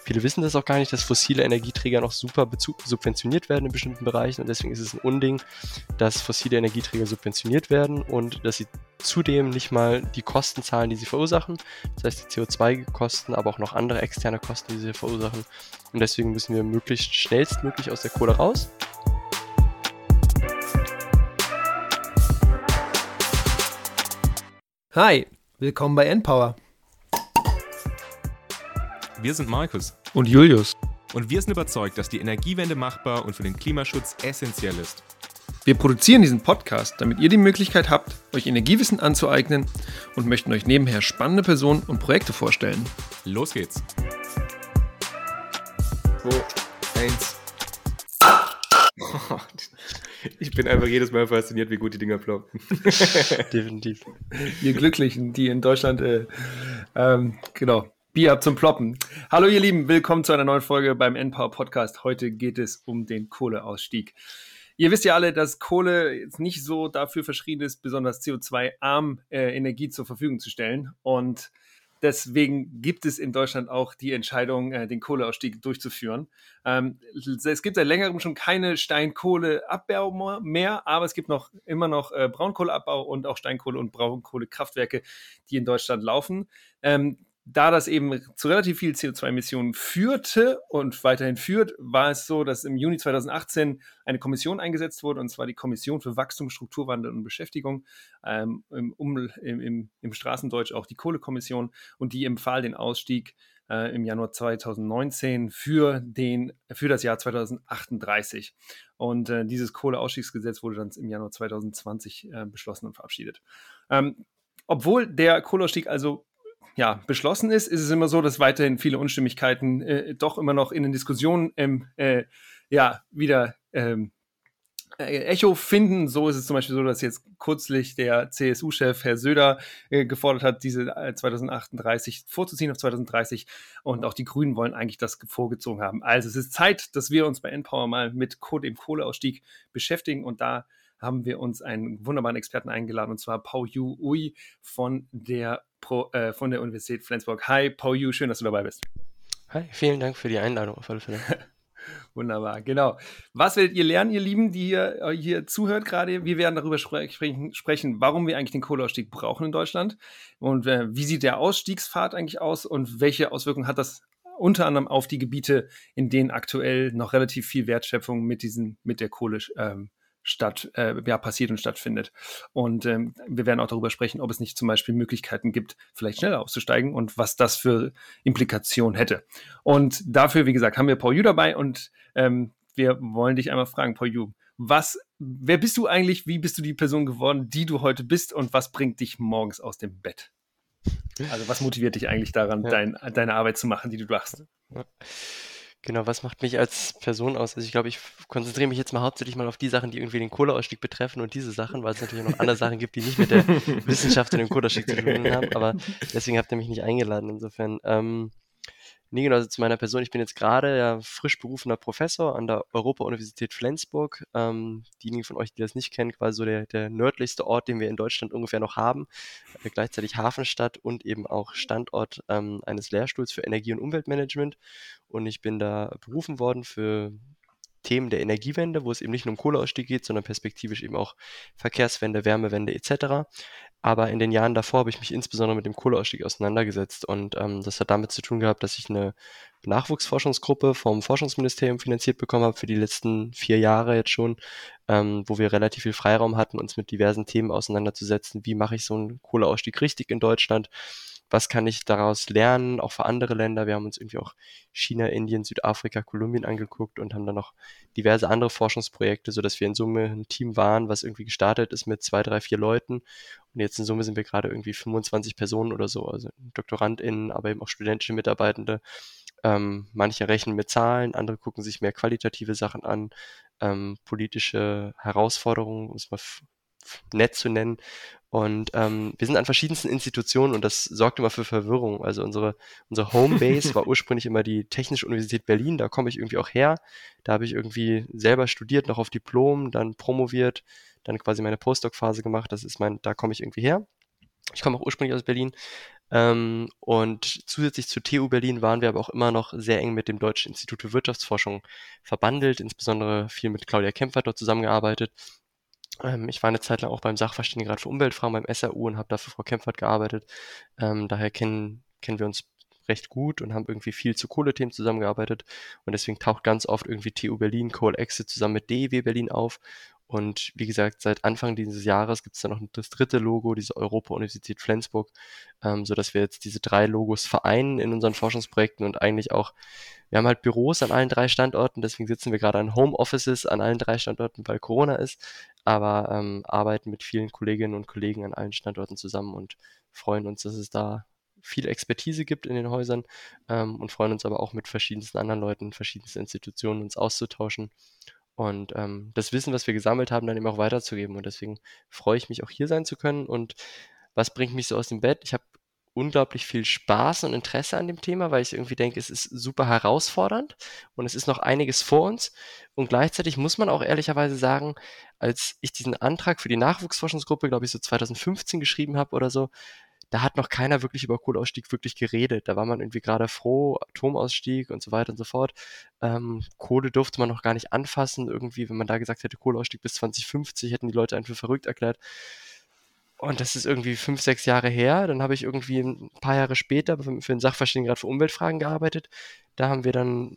Viele wissen das auch gar nicht, dass fossile Energieträger noch super subventioniert werden in bestimmten Bereichen, und deswegen ist es ein Unding, dass fossile Energieträger subventioniert werden und dass sie zudem nicht mal die Kosten zahlen, die sie verursachen. Das heißt, die CO2-Kosten, aber auch noch andere externe Kosten, die sie verursachen. Und deswegen müssen wir möglichst schnellstmöglich aus der Kohle raus. Hi, willkommen bei Npower. Wir sind Markus Und Julius. und wir sind überzeugt, dass die Energiewende machbar und für den Klimaschutz essentiell ist. Wir produzieren diesen Podcast, damit ihr die Möglichkeit habt, euch Energiewissen anzueignen und möchten euch nebenher spannende Personen und Projekte vorstellen. Los geht's! 2, 1. Ich bin einfach jedes Mal fasziniert, wie gut die Dinger ploppen. Definitiv. Ihr Glücklichen, die in Deutschland, Bier habt zum Ploppen. Hallo ihr Lieben, willkommen zu einer neuen Folge beim Npower Podcast. Heute geht es um den Kohleausstieg. Ihr wisst ja alle, dass Kohle jetzt nicht so dafür verschrien ist, besonders CO2-arm Energie zur Verfügung zu stellen. Und deswegen gibt es in Deutschland auch die Entscheidung, den Kohleausstieg durchzuführen. Es gibt seit längerem schon keine Steinkohleabbau mehr, aber es gibt immer noch Braunkohleabbau und auch Steinkohle- und Braunkohlekraftwerke, die in Deutschland laufen. Da das eben zu relativ viel CO2-Emissionen führte und weiterhin führt, war es so, dass im Juni 2018 eine Kommission eingesetzt wurde, und zwar die Kommission für Wachstum, Strukturwandel und Beschäftigung, im Straßendeutsch auch die Kohlekommission, und die empfahl den Ausstieg im Januar 2019 für das Jahr 2038. Und dieses Kohleausstiegsgesetz wurde dann im Januar 2020 beschlossen und verabschiedet. Obwohl der Kohleausstieg also beschlossen ist es immer so, dass weiterhin viele Unstimmigkeiten doch immer noch in den Diskussionen wieder Echo finden. So ist es zum Beispiel so, dass jetzt kürzlich der CSU-Chef Herr Söder gefordert hat, diese 2038 vorzuziehen auf 2030, und auch die Grünen wollen eigentlich das vorgezogen haben. Also es ist Zeit, dass wir uns bei Npower mal mit dem Kohleausstieg beschäftigen, und da haben wir uns einen wunderbaren Experten eingeladen, und zwar Pao-Yu Ui von der Universität Flensburg. Hi Pao-Yu, schön, dass du dabei bist. Hi, vielen Dank für die Einladung auf alle Fälle. Wunderbar, genau. Was werdet ihr lernen, ihr Lieben, die hier zuhört gerade? Wir werden darüber sprechen, warum wir eigentlich den Kohleausstieg brauchen in Deutschland, und wie sieht der Ausstiegspfad eigentlich aus und welche Auswirkungen hat das unter anderem auf die Gebiete, in denen aktuell noch relativ viel Wertschöpfung mit der Kohle passiert und stattfindet. Und wir werden auch darüber sprechen, ob es nicht zum Beispiel Möglichkeiten gibt, vielleicht schneller auszusteigen und was das für Implikationen hätte. Und dafür, wie gesagt, haben wir Pao-Yu dabei, und wir wollen dich einmal fragen, Pao-Yu, wer bist du eigentlich, wie bist du die Person geworden, die du heute bist, und was bringt dich morgens aus dem Bett? Also was motiviert dich eigentlich daran, deine Arbeit zu machen, die du machst? Ja. Genau, was macht mich als Person aus? Also ich glaube, ich konzentriere mich jetzt mal hauptsächlich mal auf die Sachen, die irgendwie den Kohleausstieg betreffen, und diese Sachen, weil es natürlich noch andere Sachen gibt, die nicht mit der Wissenschaft und dem Kohleausstieg zu tun haben, aber deswegen habt ihr mich nicht eingeladen, insofern. Genau, also zu meiner Person. Ich bin jetzt gerade frisch berufener Professor an der Europa-Universität Flensburg. Diejenigen von euch, die das nicht kennen, quasi so der nördlichste Ort, den wir in Deutschland ungefähr noch haben. Gleichzeitig Hafenstadt und eben auch Standort eines Lehrstuhls für Energie- und Umweltmanagement. Und ich bin da berufen worden für Themen der Energiewende, wo es eben nicht nur um Kohleausstieg geht, sondern perspektivisch eben auch Verkehrswende, Wärmewende etc. Aber in den Jahren davor habe ich mich insbesondere mit dem Kohleausstieg auseinandergesetzt, und das hat damit zu tun gehabt, dass ich eine Nachwuchsforschungsgruppe vom Forschungsministerium finanziert bekommen habe für die letzten 4 Jahre jetzt schon, wo wir relativ viel Freiraum hatten, uns mit diversen Themen auseinanderzusetzen. Wie mache ich so einen Kohleausstieg richtig in Deutschland? Was kann ich daraus lernen, auch für andere Länder? Wir haben uns irgendwie auch China, Indien, Südafrika, Kolumbien angeguckt und haben dann noch diverse andere Forschungsprojekte, sodass wir in Summe ein Team waren, was irgendwie gestartet ist mit 2, 3, 4 Leuten. Und jetzt in Summe sind wir gerade irgendwie 25 Personen oder so, also DoktorandInnen, aber eben auch studentische Mitarbeitende. Manche rechnen mit Zahlen, andere gucken sich mehr qualitative Sachen an, politische Herausforderungen, um es mal nett zu nennen. Und wir sind an verschiedensten Institutionen, und das sorgt immer für Verwirrung. Also unsere Homebase war ursprünglich immer die Technische Universität Berlin, da komme ich irgendwie auch her. Da habe ich irgendwie selber studiert, noch auf Diplom, dann promoviert, dann quasi meine Postdoc-Phase gemacht. Da komme ich irgendwie her. Ich komme auch ursprünglich aus Berlin. Und zusätzlich zur TU Berlin waren wir aber auch immer noch sehr eng mit dem Deutschen Institut für Wirtschaftsforschung verbandelt, insbesondere viel mit Claudia Kempfert dort zusammengearbeitet. Ich war eine Zeit lang auch beim Sachverständigenrat für Umweltfragen beim SAU und habe da für Frau Kempfert gearbeitet. Daher kennen wir uns recht gut und haben irgendwie viel zu Kohlethemen zusammengearbeitet. Und deswegen taucht ganz oft irgendwie TU Berlin, Coal Exit zusammen mit DEW Berlin auf. Und wie gesagt, seit Anfang dieses Jahres gibt es dann noch das dritte Logo, diese Europa-Universität Flensburg, sodass wir jetzt diese 3 Logos vereinen in unseren Forschungsprojekten und eigentlich auch, wir haben halt Büros an allen 3 Standorten, deswegen sitzen wir gerade an Homeoffices an allen 3 Standorten, weil Corona ist, aber arbeiten mit vielen Kolleginnen und Kollegen an allen Standorten zusammen und freuen uns, dass es da viel Expertise gibt in den Häusern, und freuen uns aber auch mit verschiedensten anderen Leuten, verschiedensten Institutionen uns auszutauschen und das Wissen, was wir gesammelt haben, dann eben auch weiterzugeben. Und deswegen freue ich mich auch hier sein zu können. Und was bringt mich so aus dem Bett? Ich habe unglaublich viel Spaß und Interesse an dem Thema, weil ich irgendwie denke, es ist super herausfordernd und es ist noch einiges vor uns. Und gleichzeitig muss man auch ehrlicherweise sagen, als ich diesen Antrag für die Nachwuchsforschungsgruppe, glaube ich, so 2015 geschrieben habe oder so, da hat noch keiner wirklich über Kohleausstieg wirklich geredet. Da war man irgendwie gerade froh, Atomausstieg und so weiter und so fort. Kohle durfte man noch gar nicht anfassen. Irgendwie, wenn man da gesagt hätte, Kohleausstieg bis 2050, hätten die Leute einen für verrückt erklärt. Und das ist irgendwie 5, 6 Jahre her. Dann habe ich irgendwie ein paar Jahre später für den Sachverständigenrat für Umweltfragen gearbeitet. Da haben wir dann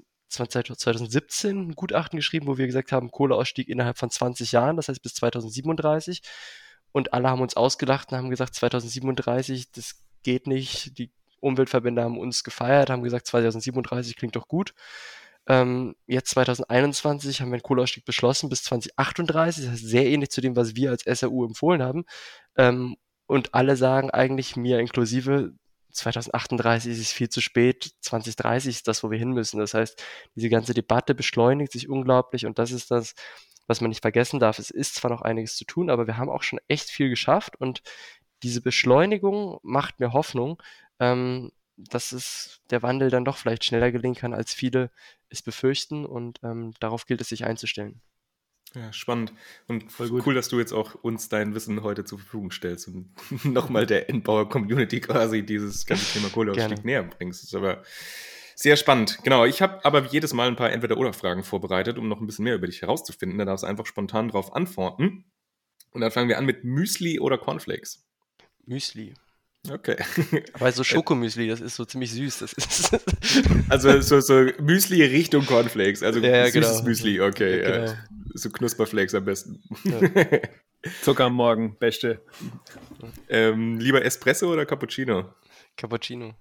2017 ein Gutachten geschrieben, wo wir gesagt haben, Kohleausstieg innerhalb von 20 Jahren, das heißt bis 2037. Und alle haben uns ausgelacht und haben gesagt, 2037, das geht nicht. Die Umweltverbände haben uns gefeiert, haben gesagt, 2037 klingt doch gut. Jetzt 2021 haben wir einen Kohleausstieg beschlossen bis 2038, das heißt sehr ähnlich zu dem, was wir als SAU empfohlen haben. Und alle sagen eigentlich, mir inklusive, 2038 ist es viel zu spät, 2030 ist das, wo wir hin müssen. Das heißt, diese ganze Debatte beschleunigt sich unglaublich und das ist das, was man nicht vergessen darf. Es ist zwar noch einiges zu tun, aber wir haben auch schon echt viel geschafft und diese Beschleunigung macht mir Hoffnung, dass der Wandel dann doch vielleicht schneller gelingen kann, als viele es befürchten und darauf gilt es sich einzustellen. Ja, spannend. Und Voll gut. cool, dass du jetzt auch uns dein Wissen heute zur Verfügung stellst und nochmal der Endbauer-Community quasi dieses ganze Thema Kohleausstieg näher bringst. Das ist aber sehr spannend. Genau, ich habe aber jedes Mal ein paar Entweder-Oder-Fragen vorbereitet, um noch ein bisschen mehr über dich herauszufinden. Da darfst du einfach spontan drauf antworten. Und dann fangen wir an mit Müsli oder Cornflakes. Müsli. Okay. Aber so Schokomüsli, das ist so ziemlich süß. Das ist Also so Müsli Richtung Cornflakes, also Ja, süßes genau. Müsli, okay. Ja, genau. So Knusperflakes am besten. Ja. Zucker am Morgen, beste. Lieber Espresso oder Cappuccino? Cappuccino.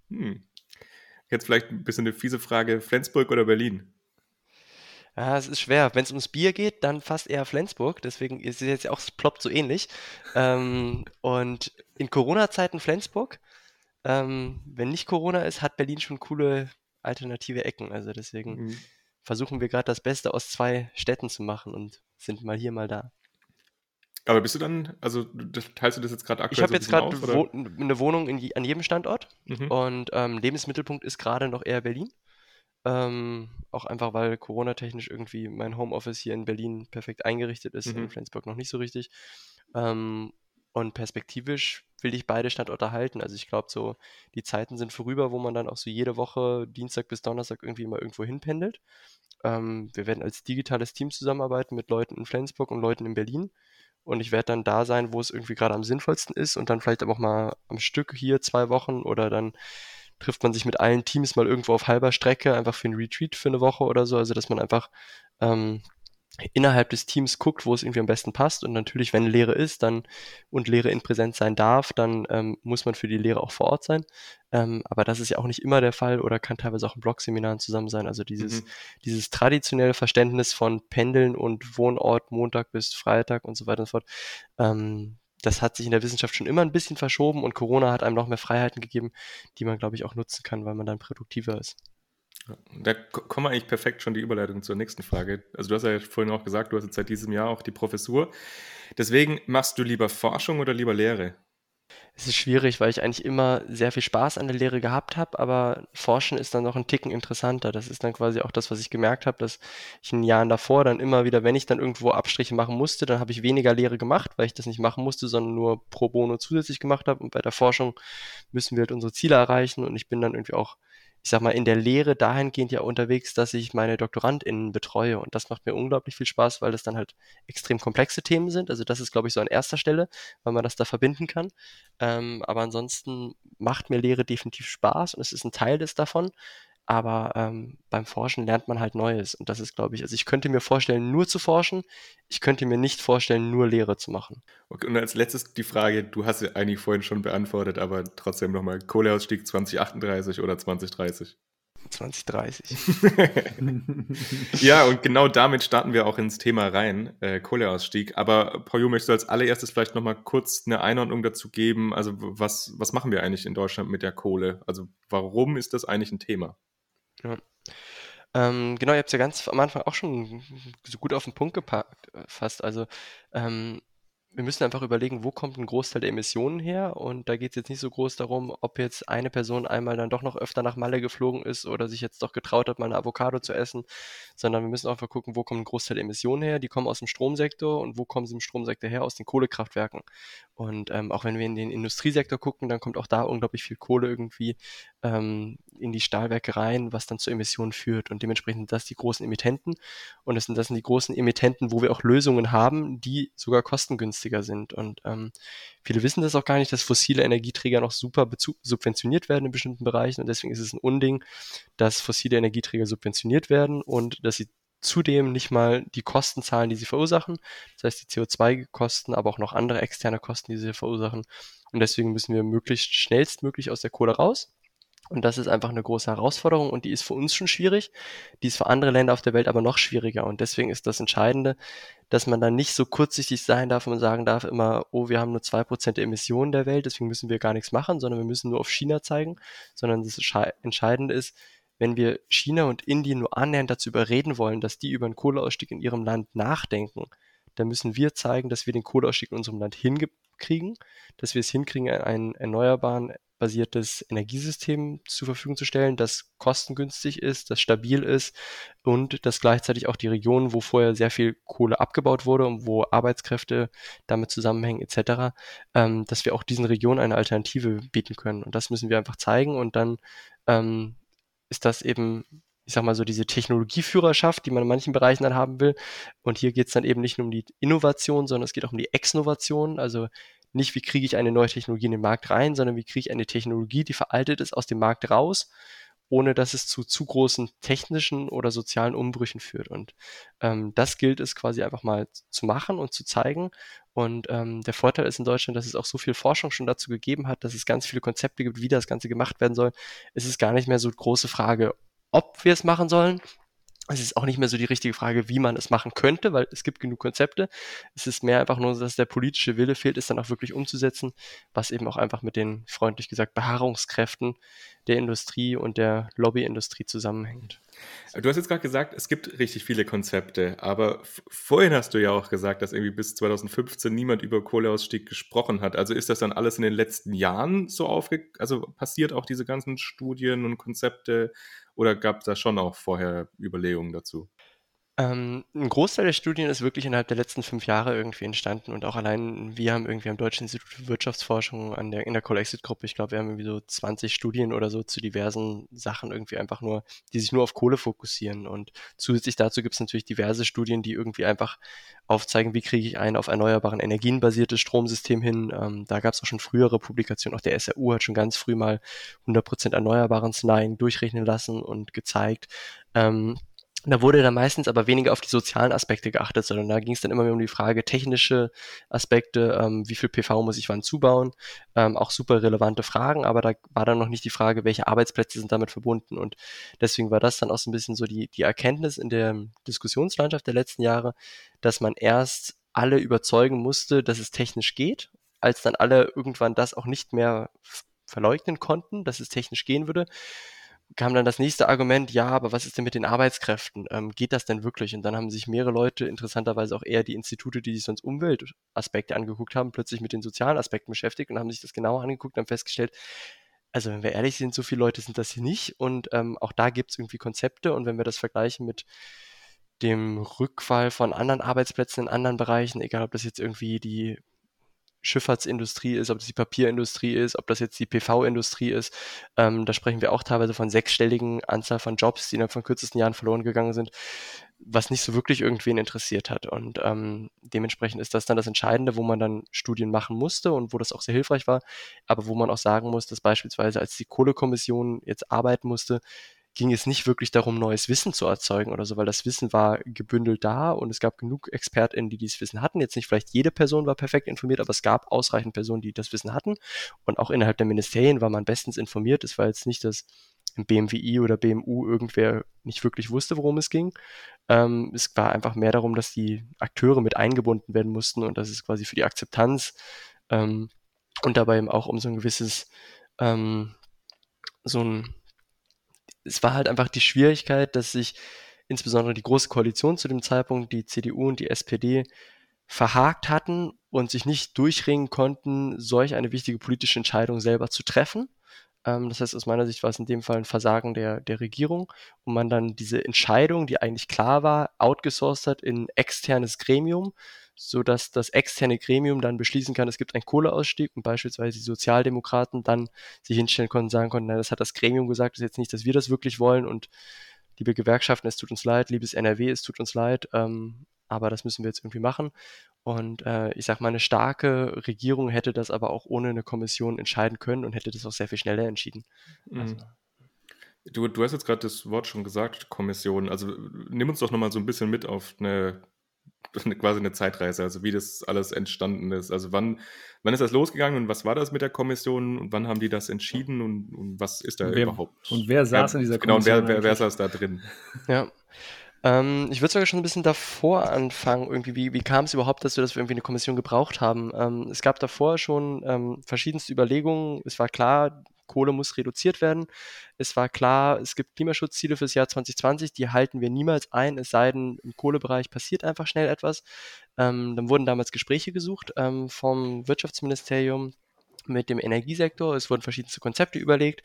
Jetzt vielleicht ein bisschen eine fiese Frage, Flensburg oder Berlin? Ja, es ist schwer. Wenn es ums Bier geht, dann fast eher Flensburg. Deswegen ist es jetzt auch, es ploppt so ähnlich. Und in Corona-Zeiten Flensburg. Wenn nicht Corona ist, hat Berlin schon coole alternative Ecken. Also deswegen versuchen wir gerade das Beste aus 2 Städten zu machen und sind mal hier, mal da. Aber bist du dann, also teilst du das jetzt gerade Ich aktuell habe so ein jetzt bisschen gerade auf? Oder? eine Wohnung an jedem Standort Mhm. und Lebensmittelpunkt ist gerade noch eher Berlin. Auch einfach, weil Corona-technisch irgendwie mein Homeoffice hier in Berlin perfekt eingerichtet ist, in Flensburg noch nicht so richtig. Und perspektivisch will ich beide Standorte halten. Also ich glaube, so die Zeiten sind vorüber, wo man dann auch so jede Woche Dienstag bis Donnerstag irgendwie mal irgendwo hinpendelt. Wir werden als digitales Team zusammenarbeiten mit Leuten in Flensburg und Leuten in Berlin. Und ich werde dann da sein, wo es irgendwie gerade am sinnvollsten ist und dann vielleicht aber auch mal am Stück hier 2 Wochen oder dann trifft man sich mit allen Teams mal irgendwo auf halber Strecke, einfach für einen Retreat für eine Woche oder so. Also dass man einfach innerhalb des Teams guckt, wo es irgendwie am besten passt. Und natürlich, wenn Lehre ist dann und Lehre in Präsenz sein darf, dann muss man für die Lehre auch vor Ort sein. Aber das ist ja auch nicht immer der Fall oder kann teilweise auch in Blogseminaren zusammen sein. Also dieses traditionelle Verständnis von Pendeln und Wohnort Montag bis Freitag und so weiter und so fort, das hat sich in der Wissenschaft schon immer ein bisschen verschoben und Corona hat einem noch mehr Freiheiten gegeben, die man, glaube ich, auch nutzen kann, weil man dann produktiver ist. Da kommen wir eigentlich perfekt schon die Überleitung zur nächsten Frage. Also du hast ja vorhin auch gesagt, du hast jetzt seit diesem Jahr auch die Professur. Deswegen, machst du lieber Forschung oder lieber Lehre? Es ist schwierig, weil ich eigentlich immer sehr viel Spaß an der Lehre gehabt habe, aber Forschen ist dann noch ein Ticken interessanter. Das ist dann quasi auch das, was ich gemerkt habe, dass ich in den Jahren davor dann immer wieder, wenn ich dann irgendwo Abstriche machen musste, dann habe ich weniger Lehre gemacht, weil ich das nicht machen musste, sondern nur pro bono zusätzlich gemacht habe. Und bei der Forschung müssen wir halt unsere Ziele erreichen und ich bin dann irgendwie auch, ich sag mal, in der Lehre dahingehend ja unterwegs, dass ich meine DoktorandInnen betreue und das macht mir unglaublich viel Spaß, weil das dann halt extrem komplexe Themen sind. Also das ist, glaube ich, so an erster Stelle, weil man das da verbinden kann. Aber ansonsten macht mir Lehre definitiv Spaß und es ist ein Teil des davon. Aber beim Forschen lernt man halt Neues. Und das ist, glaube ich, also ich könnte mir vorstellen, nur zu forschen. Ich könnte mir nicht vorstellen, nur Lehre zu machen. Okay, und als letztes die Frage, du hast ja eigentlich vorhin schon beantwortet, aber trotzdem nochmal, Kohleausstieg 2038 oder 2030? 2030. Ja, und genau damit starten wir auch ins Thema rein, Kohleausstieg. Aber Paulo, möchtest du als allererstes vielleicht nochmal kurz eine Einordnung dazu geben? Also was machen wir eigentlich in Deutschland mit der Kohle? Also warum ist das eigentlich ein Thema? Ja. Genau, ihr habt es ja ganz am Anfang auch schon so gut auf den Punkt gepackt, fast. Also, wir müssen einfach überlegen, wo kommt ein Großteil der Emissionen her? Und da geht es jetzt nicht so groß darum, ob jetzt eine Person einmal dann doch noch öfter nach Malle geflogen ist oder sich jetzt doch getraut hat, mal eine Avocado zu essen, sondern wir müssen einfach gucken, wo kommt ein Großteil der Emissionen her? Die kommen aus dem Stromsektor und wo kommen sie im Stromsektor her? Aus den Kohlekraftwerken. Und auch wenn wir in den Industriesektor gucken, dann kommt auch da unglaublich viel Kohle irgendwie in die Stahlwerke rein, was dann zu Emissionen führt. Und dementsprechend sind das die großen Emittenten. Und das sind die großen Emittenten, wo wir auch Lösungen haben, die sogar kostengünstiger sind. Und viele wissen das auch gar nicht, dass fossile Energieträger noch super subventioniert werden in bestimmten Bereichen. Und deswegen ist es ein Unding, dass fossile Energieträger subventioniert werden und dass sie zudem nicht mal die Kosten zahlen, die sie verursachen. Das heißt, die CO2-Kosten, aber auch noch andere externe Kosten, die sie verursachen. Und deswegen müssen wir möglichst schnellstmöglich aus der Kohle raus. Und das ist einfach eine große Herausforderung und die ist für uns schon schwierig. Die ist für andere Länder auf der Welt aber noch schwieriger. Und deswegen ist das Entscheidende, dass man dann nicht so kurzsichtig sein darf und sagen darf immer, oh, wir haben nur 2% der Emissionen der Welt, deswegen müssen wir gar nichts machen, sondern wir müssen nur auf China zeigen. Sondern das Entscheidende ist, wenn wir China und Indien nur annähernd dazu überreden wollen, dass die über einen Kohleausstieg in ihrem Land nachdenken, dann müssen wir zeigen, dass wir den Kohleausstieg in unserem Land hinkriegen, dass wir es hinkriegen, ein erneuerbaren basiertes Energiesystem zur Verfügung zu stellen, das kostengünstig ist, das stabil ist und das gleichzeitig auch die Regionen, wo vorher sehr viel Kohle abgebaut wurde und wo Arbeitskräfte damit zusammenhängen etc., dass wir auch diesen Regionen eine Alternative bieten können. Und das müssen wir einfach zeigen und dann ist das eben, ich sag mal so, diese Technologieführerschaft, die man in manchen Bereichen dann haben will. Und hier geht es dann eben nicht nur um die Innovation, sondern es geht auch um die Exnovation. Also nicht, wie kriege ich eine neue Technologie in den Markt rein, sondern wie kriege ich eine Technologie, die veraltet ist, aus dem Markt raus, ohne dass es zu großen technischen oder sozialen Umbrüchen führt. Und das gilt es quasi einfach mal zu machen und zu zeigen. Und der Vorteil ist in Deutschland, dass es auch so viel Forschung schon dazu gegeben hat, dass es ganz viele Konzepte gibt, wie das Ganze gemacht werden soll. Es ist gar nicht mehr so eine große Frage, ob wir es machen sollen. Es ist auch nicht mehr so die richtige Frage, wie man es machen könnte, weil es gibt genug Konzepte. Es ist mehr einfach nur, dass der politische Wille fehlt, es dann auch wirklich umzusetzen, was eben auch einfach mit den, freundlich gesagt, Beharrungskräften der Industrie und der Lobbyindustrie zusammenhängt. Du hast jetzt gerade gesagt, es gibt richtig viele Konzepte, aber vorhin hast du ja auch gesagt, dass irgendwie bis 2015 niemand über Kohleausstieg gesprochen hat. Also ist das dann alles in den letzten Jahren so also passiert auch diese ganzen Studien und Konzepte oder gab es da schon auch vorher Überlegungen dazu? Ein Großteil der Studien ist wirklich innerhalb der letzten 5 Jahre irgendwie entstanden und auch allein wir haben irgendwie am Deutschen Institut für Wirtschaftsforschung in der Coalexit-Gruppe, ich glaube, wir haben irgendwie so 20 Studien oder so zu diversen Sachen irgendwie einfach nur, die sich nur auf Kohle fokussieren. Und zusätzlich dazu gibt es natürlich diverse Studien, die irgendwie einfach aufzeigen, wie kriege ich ein auf erneuerbaren Energien basiertes Stromsystem hin. Da gab es auch schon frühere Publikationen, auch der SRU hat schon ganz früh mal 100% erneuerbaren Szenarien durchrechnen lassen und gezeigt. Da wurde dann meistens aber weniger auf die sozialen Aspekte geachtet, sondern da ging es dann immer mehr um die Frage technische Aspekte, wie viel PV muss ich wann zubauen, auch super relevante Fragen, aber da war dann noch nicht die Frage, welche Arbeitsplätze sind damit verbunden und deswegen war das dann auch so ein bisschen so die Erkenntnis in der Diskussionslandschaft der letzten Jahre, dass man erst alle überzeugen musste, dass es technisch geht, als dann alle irgendwann das auch nicht mehr verleugnen konnten, dass es technisch gehen würde, kam dann das nächste Argument, ja, aber was ist denn mit den Arbeitskräften? Geht das denn wirklich? Und dann haben sich mehrere Leute, interessanterweise auch eher die Institute, die sich sonst Umweltaspekte angeguckt haben, plötzlich mit den sozialen Aspekten beschäftigt und haben sich das genauer angeguckt und haben festgestellt, also wenn wir ehrlich sind, so viele Leute sind das hier nicht und auch da gibt es irgendwie Konzepte und wenn wir das vergleichen mit dem Rückfall von anderen Arbeitsplätzen in anderen Bereichen, egal ob das jetzt irgendwie die Schifffahrtsindustrie ist, ob das die Papierindustrie ist, ob das jetzt die PV-Industrie ist. Da sprechen wir auch teilweise von sechsstelligen Anzahl von Jobs, die innerhalb von kürzesten Jahren verloren gegangen sind, was nicht so wirklich irgendwen interessiert hat. Und dementsprechend ist das dann das Entscheidende, wo man dann Studien machen musste und wo das auch sehr hilfreich war, aber wo man auch sagen muss, dass beispielsweise als die Kohlekommission jetzt arbeiten musste, ging es nicht wirklich darum, neues Wissen zu erzeugen oder so, weil das Wissen war gebündelt da und es gab genug ExpertInnen, die dieses Wissen hatten. Jetzt nicht vielleicht jede Person war perfekt informiert, aber es gab ausreichend Personen, die das Wissen hatten. Und auch innerhalb der Ministerien war man bestens informiert. Es war jetzt nicht, dass im BMWI oder BMU irgendwer nicht wirklich wusste, worum es ging. Es war einfach mehr darum, dass die Akteure mit eingebunden werden mussten und dass es quasi für die Akzeptanz und dabei eben auch um so ein gewisses, so ein es war halt einfach die Schwierigkeit, dass sich insbesondere die Große Koalition zu dem Zeitpunkt, die CDU und die SPD, verhakt hatten und sich nicht durchringen konnten, solch eine wichtige politische Entscheidung selber zu treffen. Das heißt, aus meiner Sicht war es in dem Fall ein Versagen der Regierung und man dann diese Entscheidung, die eigentlich klar war, outgesourced hat in externes Gremium, sodass das externe Gremium dann beschließen kann, es gibt einen Kohleausstieg und beispielsweise die Sozialdemokraten dann sich hinstellen konnten und sagen konnten, na, das hat das Gremium gesagt, das ist jetzt nicht, dass wir das wirklich wollen und liebe Gewerkschaften, es tut uns leid, liebes NRW, es tut uns leid, aber das müssen wir jetzt irgendwie machen. Und ich sag mal, eine starke Regierung hätte das aber auch ohne eine Kommission entscheiden können und hätte das auch sehr viel schneller entschieden. Also, Du hast jetzt gerade das Wort schon gesagt, Kommission. Also nimm uns doch nochmal so ein bisschen mit auf quasi eine Zeitreise, also wie das alles entstanden ist. Also wann ist das losgegangen und was war das mit der Kommission und wann haben die das entschieden und was ist da überhaupt? Und wer saß in dieser Genau, und Kommission? wer saß da drin? ja. Ich würde sogar schon ein bisschen davor anfangen, irgendwie, wie kam es überhaupt dazu, dass wir irgendwie eine Kommission gebraucht haben? Es gab davor schon verschiedenste Überlegungen. Es war klar, Kohle muss reduziert werden. Es war klar, es gibt Klimaschutzziele fürs Jahr 2020, die halten wir niemals ein, es sei denn, im Kohlebereich passiert einfach schnell etwas. Dann wurden damals Gespräche gesucht vom Wirtschaftsministerium mit dem Energiesektor. Es wurden verschiedenste Konzepte überlegt.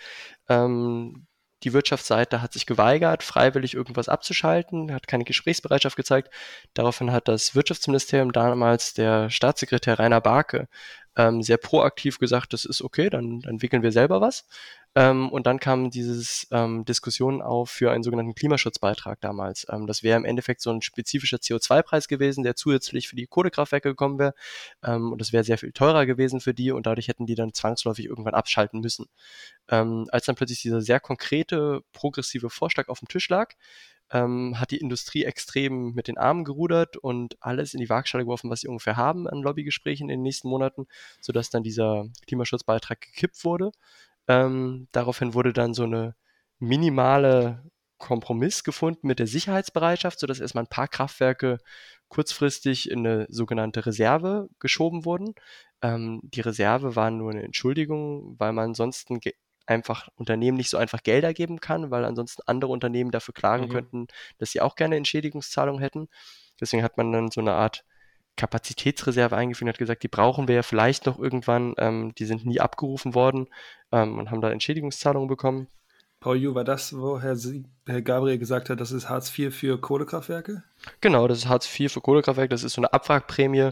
Die Wirtschaftsseite hat sich geweigert, freiwillig irgendwas abzuschalten, hat keine Gesprächsbereitschaft gezeigt. Daraufhin hat das Wirtschaftsministerium, damals der Staatssekretär Rainer Barke, sehr proaktiv gesagt, das ist okay, dann entwickeln wir selber was. Und dann kam dieses Diskussion auf für einen sogenannten Klimaschutzbeitrag damals. Das wäre im Endeffekt so ein spezifischer CO2-Preis gewesen, der zusätzlich für die Kohlekraftwerke gekommen wäre. Und das wäre sehr viel teurer gewesen für die und dadurch hätten die dann zwangsläufig irgendwann abschalten müssen. Als dann plötzlich dieser sehr konkrete, progressive Vorschlag auf dem Tisch lag, hat die Industrie extrem mit den Armen gerudert und alles in die Waagschale geworfen, was sie ungefähr haben an Lobbygesprächen in den nächsten Monaten, sodass dann dieser Klimaschutzbeitrag gekippt wurde. Daraufhin wurde dann so eine minimale Kompromiss gefunden mit der Sicherheitsbereitschaft, sodass erstmal ein paar Kraftwerke kurzfristig in eine sogenannte Reserve geschoben wurden. Die Reserve war nur eine Entschuldigung, weil man ansonsten einfach Unternehmen nicht so einfach Gelder geben kann, weil ansonsten andere Unternehmen dafür klagen könnten, dass sie auch gerne Entschädigungszahlungen hätten. Deswegen hat man dann so eine Art Kapazitätsreserve eingeführt und hat gesagt, die brauchen wir ja vielleicht noch irgendwann. Die sind nie abgerufen worden und haben da Entschädigungszahlungen bekommen. Paul Ju, war das, wo Herr Gabriel gesagt hat, das ist Hartz IV für Kohlekraftwerke? Genau, das ist Hartz IV für Kohlekraftwerke, das ist so eine Abwrackprämie.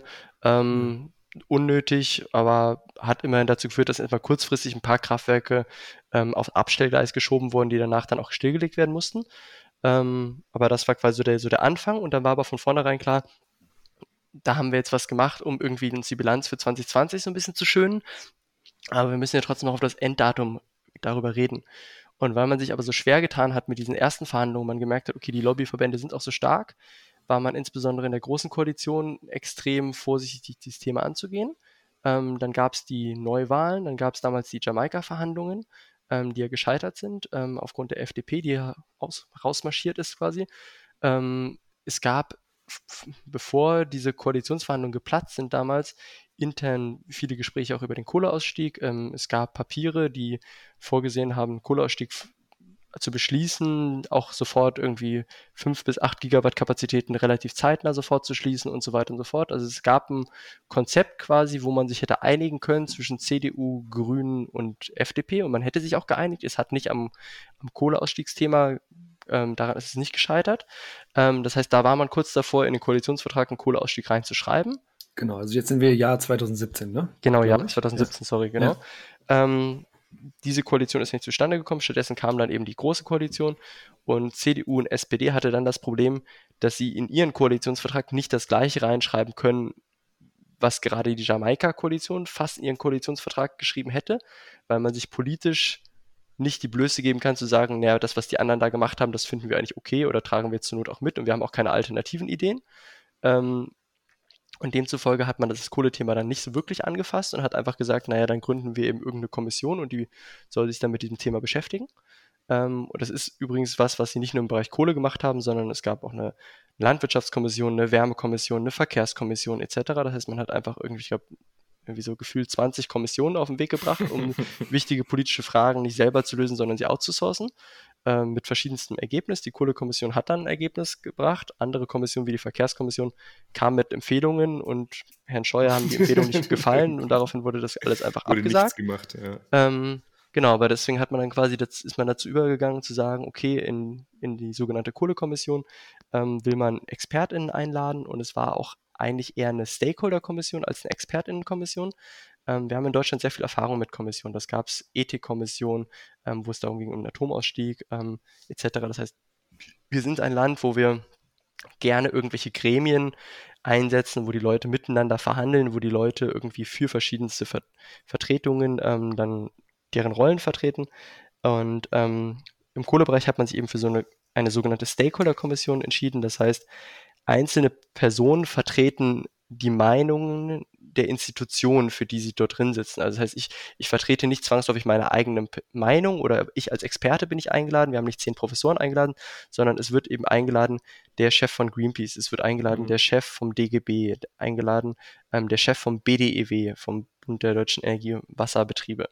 Unnötig, aber hat immerhin dazu geführt, dass etwa kurzfristig ein paar Kraftwerke auf Abstellgleis geschoben wurden, die danach dann auch stillgelegt werden mussten. Aber das war quasi so der Anfang und dann war aber von vornherein klar, da haben wir jetzt was gemacht, um irgendwie uns die Bilanz für 2020 so ein bisschen zu schönen. Aber wir müssen ja trotzdem noch auf das Enddatum darüber reden. Und weil man sich aber so schwer getan hat mit diesen ersten Verhandlungen, man gemerkt hat, okay, die Lobbyverbände sind auch so stark, war man insbesondere in der Großen Koalition extrem vorsichtig, dieses Thema anzugehen. Dann gab es die Neuwahlen, dann gab es damals die Jamaika-Verhandlungen, die ja gescheitert sind, aufgrund der FDP, die ja rausmarschiert ist quasi. Es gab, bevor diese Koalitionsverhandlungen geplatzt sind damals, intern viele Gespräche auch über den Kohleausstieg. Es gab Papiere, die vorgesehen haben, Kohleausstieg zu beschließen, auch sofort irgendwie 5 bis 8 Gigawatt Kapazitäten relativ zeitnah sofort zu schließen und so weiter und so fort. Also es gab ein Konzept quasi, wo man sich hätte einigen können zwischen CDU, Grünen und FDP und man hätte sich auch geeinigt. Es hat nicht am Kohleausstiegsthema, daran ist es nicht gescheitert. Das heißt, da war man kurz davor, in den Koalitionsvertrag einen Kohleausstieg reinzuschreiben. Genau, also jetzt sind wir Jahr 2017, ne? Genau, ja, Glaube ich. 2017, Ja. sorry, genau. Diese Koalition ist nicht zustande gekommen, stattdessen kam dann eben die Große Koalition und CDU und SPD hatte dann das Problem, dass sie in ihren Koalitionsvertrag nicht das Gleiche reinschreiben können, was gerade die Jamaika-Koalition fast in ihren Koalitionsvertrag geschrieben hätte, weil man sich politisch nicht die Blöße geben kann zu sagen, naja, das, was die anderen da gemacht haben, das finden wir eigentlich okay oder tragen wir zur Not auch mit und wir haben auch keine alternativen Ideen. Und demzufolge hat man das Kohlethema dann nicht so wirklich angefasst und hat einfach gesagt, naja, dann gründen wir eben irgendeine Kommission und die soll sich dann mit diesem Thema beschäftigen. Und das ist übrigens was sie nicht nur im Bereich Kohle gemacht haben, sondern es gab auch eine Landwirtschaftskommission, eine Wärmekommission, eine Verkehrskommission etc. Das heißt, man hat einfach irgendwie, ich glaube, irgendwie so gefühlt 20 Kommissionen auf den Weg gebracht, um wichtige politische Fragen nicht selber zu lösen, sondern sie outzusourcen, mit verschiedenstem Ergebnis. Die Kohlekommission hat dann ein Ergebnis gebracht. Andere Kommissionen wie die Verkehrskommission kamen mit Empfehlungen und Herrn Scheuer haben die Empfehlungen nicht gefallen und daraufhin wurde das alles einfach Wurde abgesagt. nichts gemacht, ja. Genau, aber deswegen hat man dann quasi, ist man dazu übergegangen zu sagen, okay, in die sogenannte Kohlekommission will man ExpertInnen einladen und es war auch eigentlich eher eine Stakeholder-Kommission als eine ExpertInnen-Kommission. Wir haben in Deutschland sehr viel Erfahrung mit Kommissionen. Das gab es Ethikkommissionen, wo es darum ging, um den Atomausstieg etc. Das heißt, wir sind ein Land, wo wir gerne irgendwelche Gremien einsetzen, wo die Leute miteinander verhandeln, wo die Leute irgendwie für verschiedenste Vertretungen dann deren Rollen vertreten. Und im Kohlebereich hat man sich eben für so eine sogenannte Stakeholder-Kommission entschieden. Das heißt, einzelne Personen vertreten die Meinungen der Institutionen, für die sie dort drin sitzen. Also das heißt, ich vertrete nicht zwangsläufig meine eigene Meinung oder ich als Experte bin nicht eingeladen. Wir haben nicht 10 Professoren eingeladen, sondern es wird eben eingeladen der Chef von Greenpeace, es wird eingeladen der Chef vom DGB, eingeladen der Chef vom BDEW, vom Bund der Deutschen Energie- und Wasserbetriebe.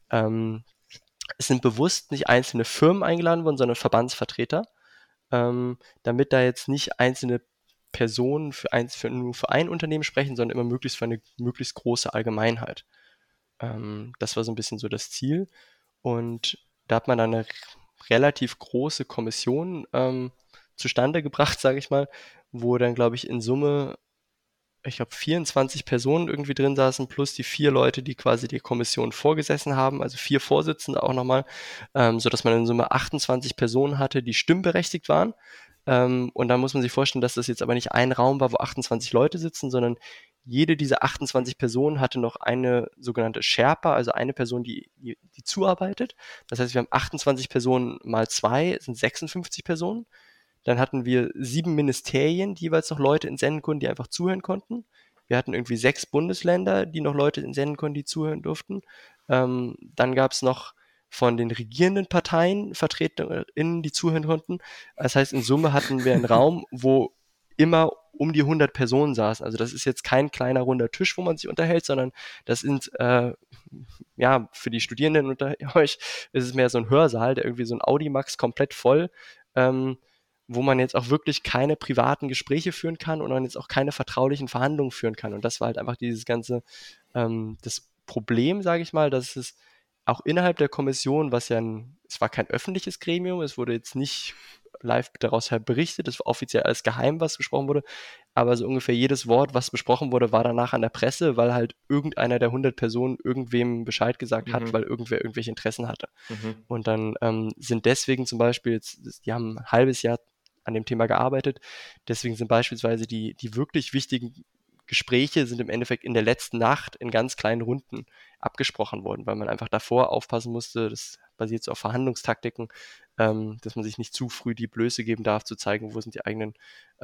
Es sind bewusst nicht einzelne Firmen eingeladen worden, sondern Verbandsvertreter, damit da jetzt nicht einzelne Personen nur für ein Unternehmen sprechen, sondern immer möglichst für eine möglichst große Allgemeinheit. Das war so ein bisschen so das Ziel. Und da hat man dann eine relativ große Kommission zustande gebracht, sage ich mal, wo dann, glaube ich, in Summe, ich glaube, 24 Personen irgendwie drin saßen, plus die 4 Leute, die quasi die Kommission vorgesessen haben, also 4 Vorsitzende auch nochmal, sodass man in Summe 28 Personen hatte, die stimmberechtigt waren. Und dann muss man sich vorstellen, dass das jetzt aber nicht ein Raum war, wo 28 Leute sitzen, sondern jede dieser 28 Personen hatte noch eine sogenannte Sherpa, also eine Person, die zuarbeitet. Das heißt, wir haben 28 Personen mal 2, sind 56 Personen. Dann hatten wir 7 Ministerien, die jeweils noch Leute entsenden konnten, die einfach zuhören konnten. Wir hatten irgendwie 6 Bundesländer, die noch Leute entsenden konnten, die zuhören durften. Dann gab es noch von den regierenden Parteien VertreterInnen, die zuhören konnten. Das heißt, in Summe hatten wir einen Raum, wo immer um die 100 Personen saßen. Also das ist jetzt kein kleiner runder Tisch, wo man sich unterhält, sondern das sind, ja, für die Studierenden unter euch ist es mehr so ein Hörsaal, der irgendwie so ein Audimax komplett voll, wo man jetzt auch wirklich keine privaten Gespräche führen kann und man jetzt auch keine vertraulichen Verhandlungen führen kann. Und das war halt einfach dieses ganze, das Problem, sage ich mal, dass es auch innerhalb der Kommission, es war kein öffentliches Gremium, es wurde jetzt nicht live daraus berichtet, es war offiziell alles geheim, was besprochen wurde, aber so ungefähr jedes Wort, was besprochen wurde, war danach an der Presse, weil halt irgendeiner der 100 Personen irgendwem Bescheid gesagt hat, weil irgendwer irgendwelche Interessen hatte. Und dann sind deswegen zum Beispiel, die haben ein halbes Jahr an dem Thema gearbeitet, deswegen sind beispielsweise die wirklich wichtigen Gespräche sind im Endeffekt in der letzten Nacht in ganz kleinen Runden abgesprochen worden, weil man einfach davor aufpassen musste, das basiert so auf Verhandlungstaktiken, dass man sich nicht zu früh die Blöße geben darf, zu zeigen, wo sind die eigenen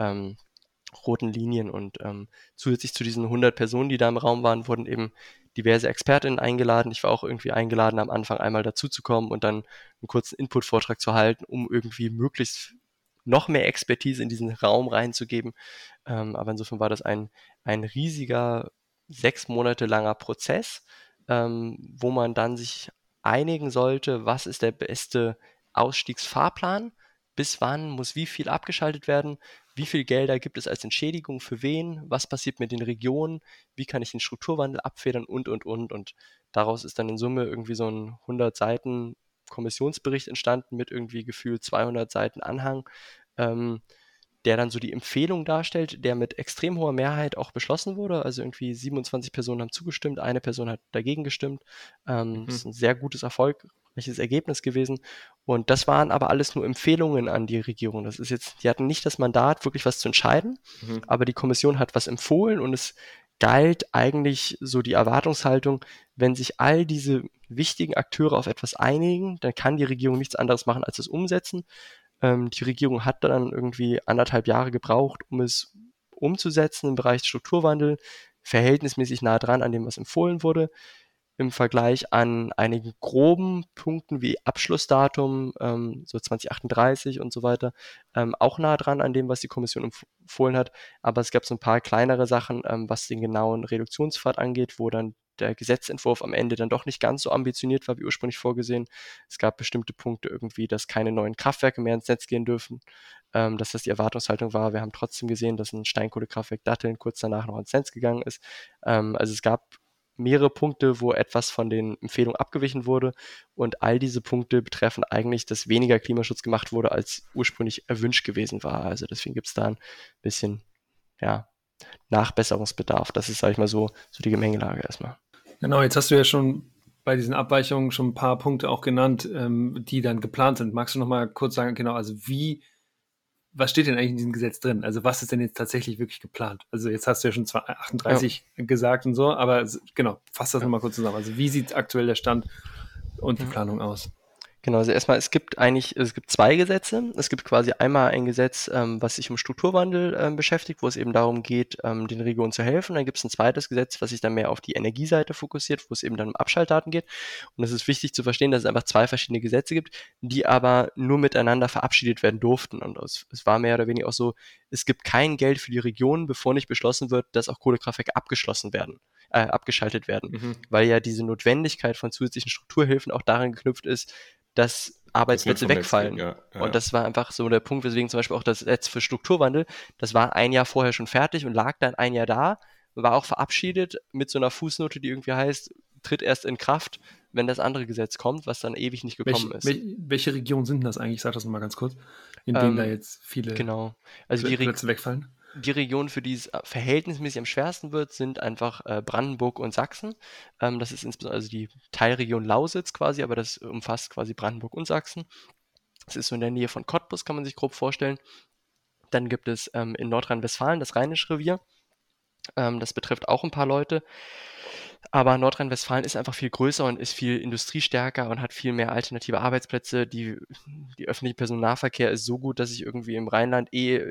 roten Linien. Und zusätzlich zu diesen 100 Personen, die da im Raum waren, wurden eben diverse ExpertInnen eingeladen. Ich war auch irgendwie eingeladen, am Anfang einmal dazuzukommen und dann einen kurzen Input-Vortrag zu halten, um irgendwie möglichst noch mehr Expertise in diesen Raum reinzugeben. Aber insofern war das ein riesiger 6 Monate langer Prozess, wo man dann sich einigen sollte, was ist der beste Ausstiegsfahrplan. Bis wann muss wie viel abgeschaltet werden? Wie viel Gelder gibt es als Entschädigung für wen? Was passiert mit den Regionen? Wie kann ich den Strukturwandel abfedern? Und. Und daraus ist dann in Summe irgendwie so ein 100 Seiten Kommissionsbericht entstanden mit irgendwie gefühlt 200 Seiten Anhang, der dann so die Empfehlung darstellt, der mit extrem hoher Mehrheit auch beschlossen wurde. Also irgendwie 27 Personen haben zugestimmt, eine Person hat dagegen gestimmt. Das ist ein sehr gutes, erfolgreiches Ergebnis gewesen. Und das waren aber alles nur Empfehlungen an die Regierung. Das ist jetzt, die hatten nicht das Mandat, wirklich was zu entscheiden, aber die Kommission hat was empfohlen und es galt eigentlich so die Erwartungshaltung, wenn sich all diese wichtigen Akteure auf etwas einigen, dann kann die Regierung nichts anderes machen, als es umsetzen. Die Regierung hat dann irgendwie 1,5 Jahre gebraucht, um es umzusetzen im Bereich Strukturwandel, verhältnismäßig nah dran an dem, was empfohlen wurde. Im Vergleich an einigen groben Punkten wie Abschlussdatum, so 2038 und so weiter, auch nah dran an dem, was die Kommission empfohlen hat. Aber es gab so ein paar kleinere Sachen, was den genauen Reduktionspfad angeht, wo dann der Gesetzentwurf am Ende dann doch nicht ganz so ambitioniert war wie ursprünglich vorgesehen. Es gab bestimmte Punkte irgendwie, dass keine neuen Kraftwerke mehr ins Netz gehen dürfen, dass das die Erwartungshaltung war. Wir haben trotzdem gesehen, dass ein Steinkohlekraftwerk Datteln kurz danach noch ins Netz gegangen ist. Also es gab mehrere Punkte, wo etwas von den Empfehlungen abgewichen wurde und all diese Punkte betreffen eigentlich, dass weniger Klimaschutz gemacht wurde, als ursprünglich erwünscht gewesen war. Also deswegen gibt es da ein bisschen Nachbesserungsbedarf. Das ist, sage ich mal, so die Gemengelage erstmal. Genau, jetzt hast du ja schon bei diesen Abweichungen schon ein paar Punkte auch genannt, die dann geplant sind. Magst du noch mal kurz sagen, genau, also was steht denn eigentlich in diesem Gesetz drin? Also was ist denn jetzt tatsächlich wirklich geplant? Also jetzt hast du ja schon 38 gesagt und so, aber genau, fass das nochmal kurz zusammen. Also wie sieht aktuell der Stand und die Planung aus? Genau, also erstmal, es gibt 2 Gesetze. Es gibt quasi einmal ein Gesetz, was sich um Strukturwandel beschäftigt, wo es eben darum geht, den Regionen zu helfen. Dann gibt es ein zweites Gesetz, was sich dann mehr auf die Energieseite fokussiert, wo es eben dann um Abschaltdaten geht. Und es ist wichtig zu verstehen, dass es einfach 2 verschiedene Gesetze gibt, die aber nur miteinander verabschiedet werden durften. Und es war mehr oder weniger auch so, es gibt kein Geld für die Regionen, bevor nicht beschlossen wird, dass auch Kohlekraftwerke abgeschaltet werden. Weil ja diese Notwendigkeit von zusätzlichen Strukturhilfen auch daran geknüpft ist, dass Arbeitsplätze wegfallen. Ja. Und das war einfach so der Punkt, weswegen zum Beispiel auch das Gesetz für Strukturwandel, das war ein Jahr vorher schon fertig und lag dann ein Jahr da, war auch verabschiedet mit so einer Fußnote, die irgendwie heißt, tritt erst in Kraft, wenn das andere Gesetz kommt, was dann ewig nicht gekommen ist. Welche Regionen sind das eigentlich? Sag das mal ganz kurz, in denen da jetzt viele Plätze wegfallen. Die Regionen, für die es verhältnismäßig am schwersten wird, sind einfach Brandenburg und Sachsen. Das ist insbesondere also die Teilregion Lausitz quasi, aber das umfasst quasi Brandenburg und Sachsen. Das ist so in der Nähe von Cottbus, kann man sich grob vorstellen. Dann gibt es in Nordrhein-Westfalen das Rheinische Revier. Das betrifft auch ein paar Leute. Aber Nordrhein-Westfalen ist einfach viel größer und ist viel industriestärker und hat viel mehr alternative Arbeitsplätze. Die öffentliche Personennahverkehr ist so gut, dass ich irgendwie im Rheinland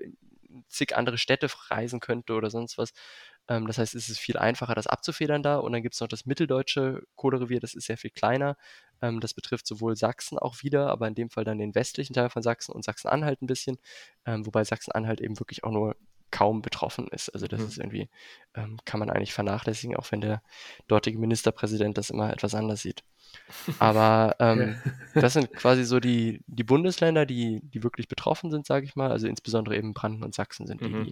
zig andere Städte reisen könnte oder sonst was. Das heißt, es ist viel einfacher, das abzufedern da. Und dann gibt es noch das mitteldeutsche Kohlerevier, das ist sehr viel kleiner. Das betrifft sowohl Sachsen auch wieder, aber in dem Fall dann den westlichen Teil von Sachsen und Sachsen-Anhalt ein bisschen. Wobei Sachsen-Anhalt eben wirklich auch nur kaum betroffen ist. Also das ist irgendwie, kann man eigentlich vernachlässigen, auch wenn der dortige Ministerpräsident das immer etwas anders sieht. Aber das sind quasi so die Bundesländer, die wirklich betroffen sind, sage ich mal. Also insbesondere eben Brandenburg und Sachsen sind die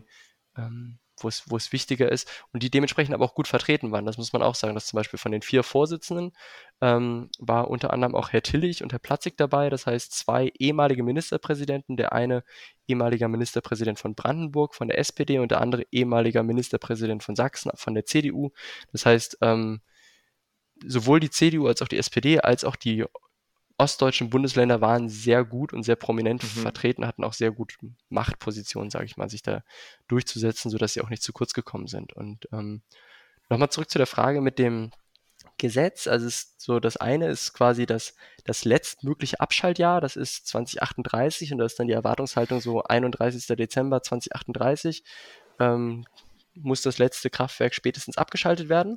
wo es wichtiger ist und die dementsprechend aber auch gut vertreten waren. Das muss man auch sagen, dass zum Beispiel von den 4 Vorsitzenden war unter anderem auch Herr Tillich und Herr Platzig dabei. Das heißt 2 ehemalige Ministerpräsidenten, der eine ehemaliger Ministerpräsident von Brandenburg von der SPD und der andere ehemaliger Ministerpräsident von Sachsen von der CDU. Das heißt, sowohl die CDU als auch die SPD als auch die ostdeutschen Bundesländer waren sehr gut und sehr prominent vertreten, hatten auch sehr gute Machtpositionen, sage ich mal, sich da durchzusetzen, sodass sie auch nicht zu kurz gekommen sind. Und nochmal zurück zu der Frage mit dem Gesetz. Also das eine ist quasi das letztmögliche Abschaltjahr, das ist 2038 und da ist dann die Erwartungshaltung so 31. Dezember 2038 muss das letzte Kraftwerk spätestens abgeschaltet werden.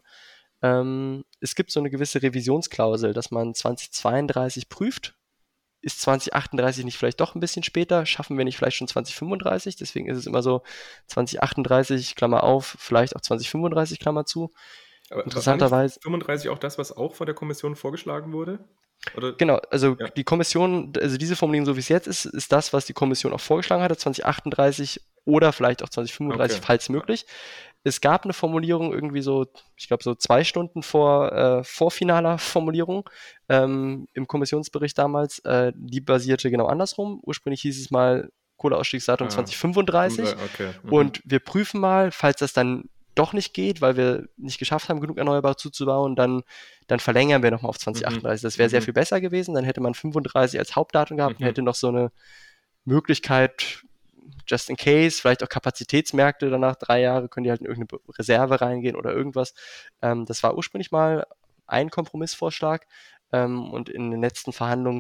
Es gibt so eine gewisse Revisionsklausel, dass man 2032 prüft. Ist 2038 nicht vielleicht doch ein bisschen später? Schaffen wir nicht vielleicht schon 2035? Deswegen ist es immer so 2038, Klammer auf, vielleicht auch 2035, Klammer zu. Aber interessanterweise. 35 auch das, was auch von der Kommission vorgeschlagen wurde? Oder? Genau, also Ja. die Kommission, also diese Formulierung, so wie es jetzt ist das, was die Kommission auch vorgeschlagen hatte, 2038 oder vielleicht auch 2035, Okay. falls möglich. Es gab eine Formulierung irgendwie so, ich glaube so 2 Stunden vor finaler Formulierung im Kommissionsbericht damals, die basierte genau andersrum. Ursprünglich hieß es mal Kohleausstiegsdatum 2035 Okay. und wir prüfen mal, falls das dann doch nicht geht, weil wir nicht geschafft haben, genug Erneuerbare zuzubauen, dann verlängern wir nochmal auf 2038. Das wäre sehr viel besser gewesen. Dann hätte man 35 als Hauptdatum gehabt und hätte noch so eine Möglichkeit, just in case, vielleicht auch Kapazitätsmärkte danach 3 Jahre, können die halt in irgendeine Reserve reingehen oder irgendwas. Das war ursprünglich mal ein Kompromissvorschlag und in den letzten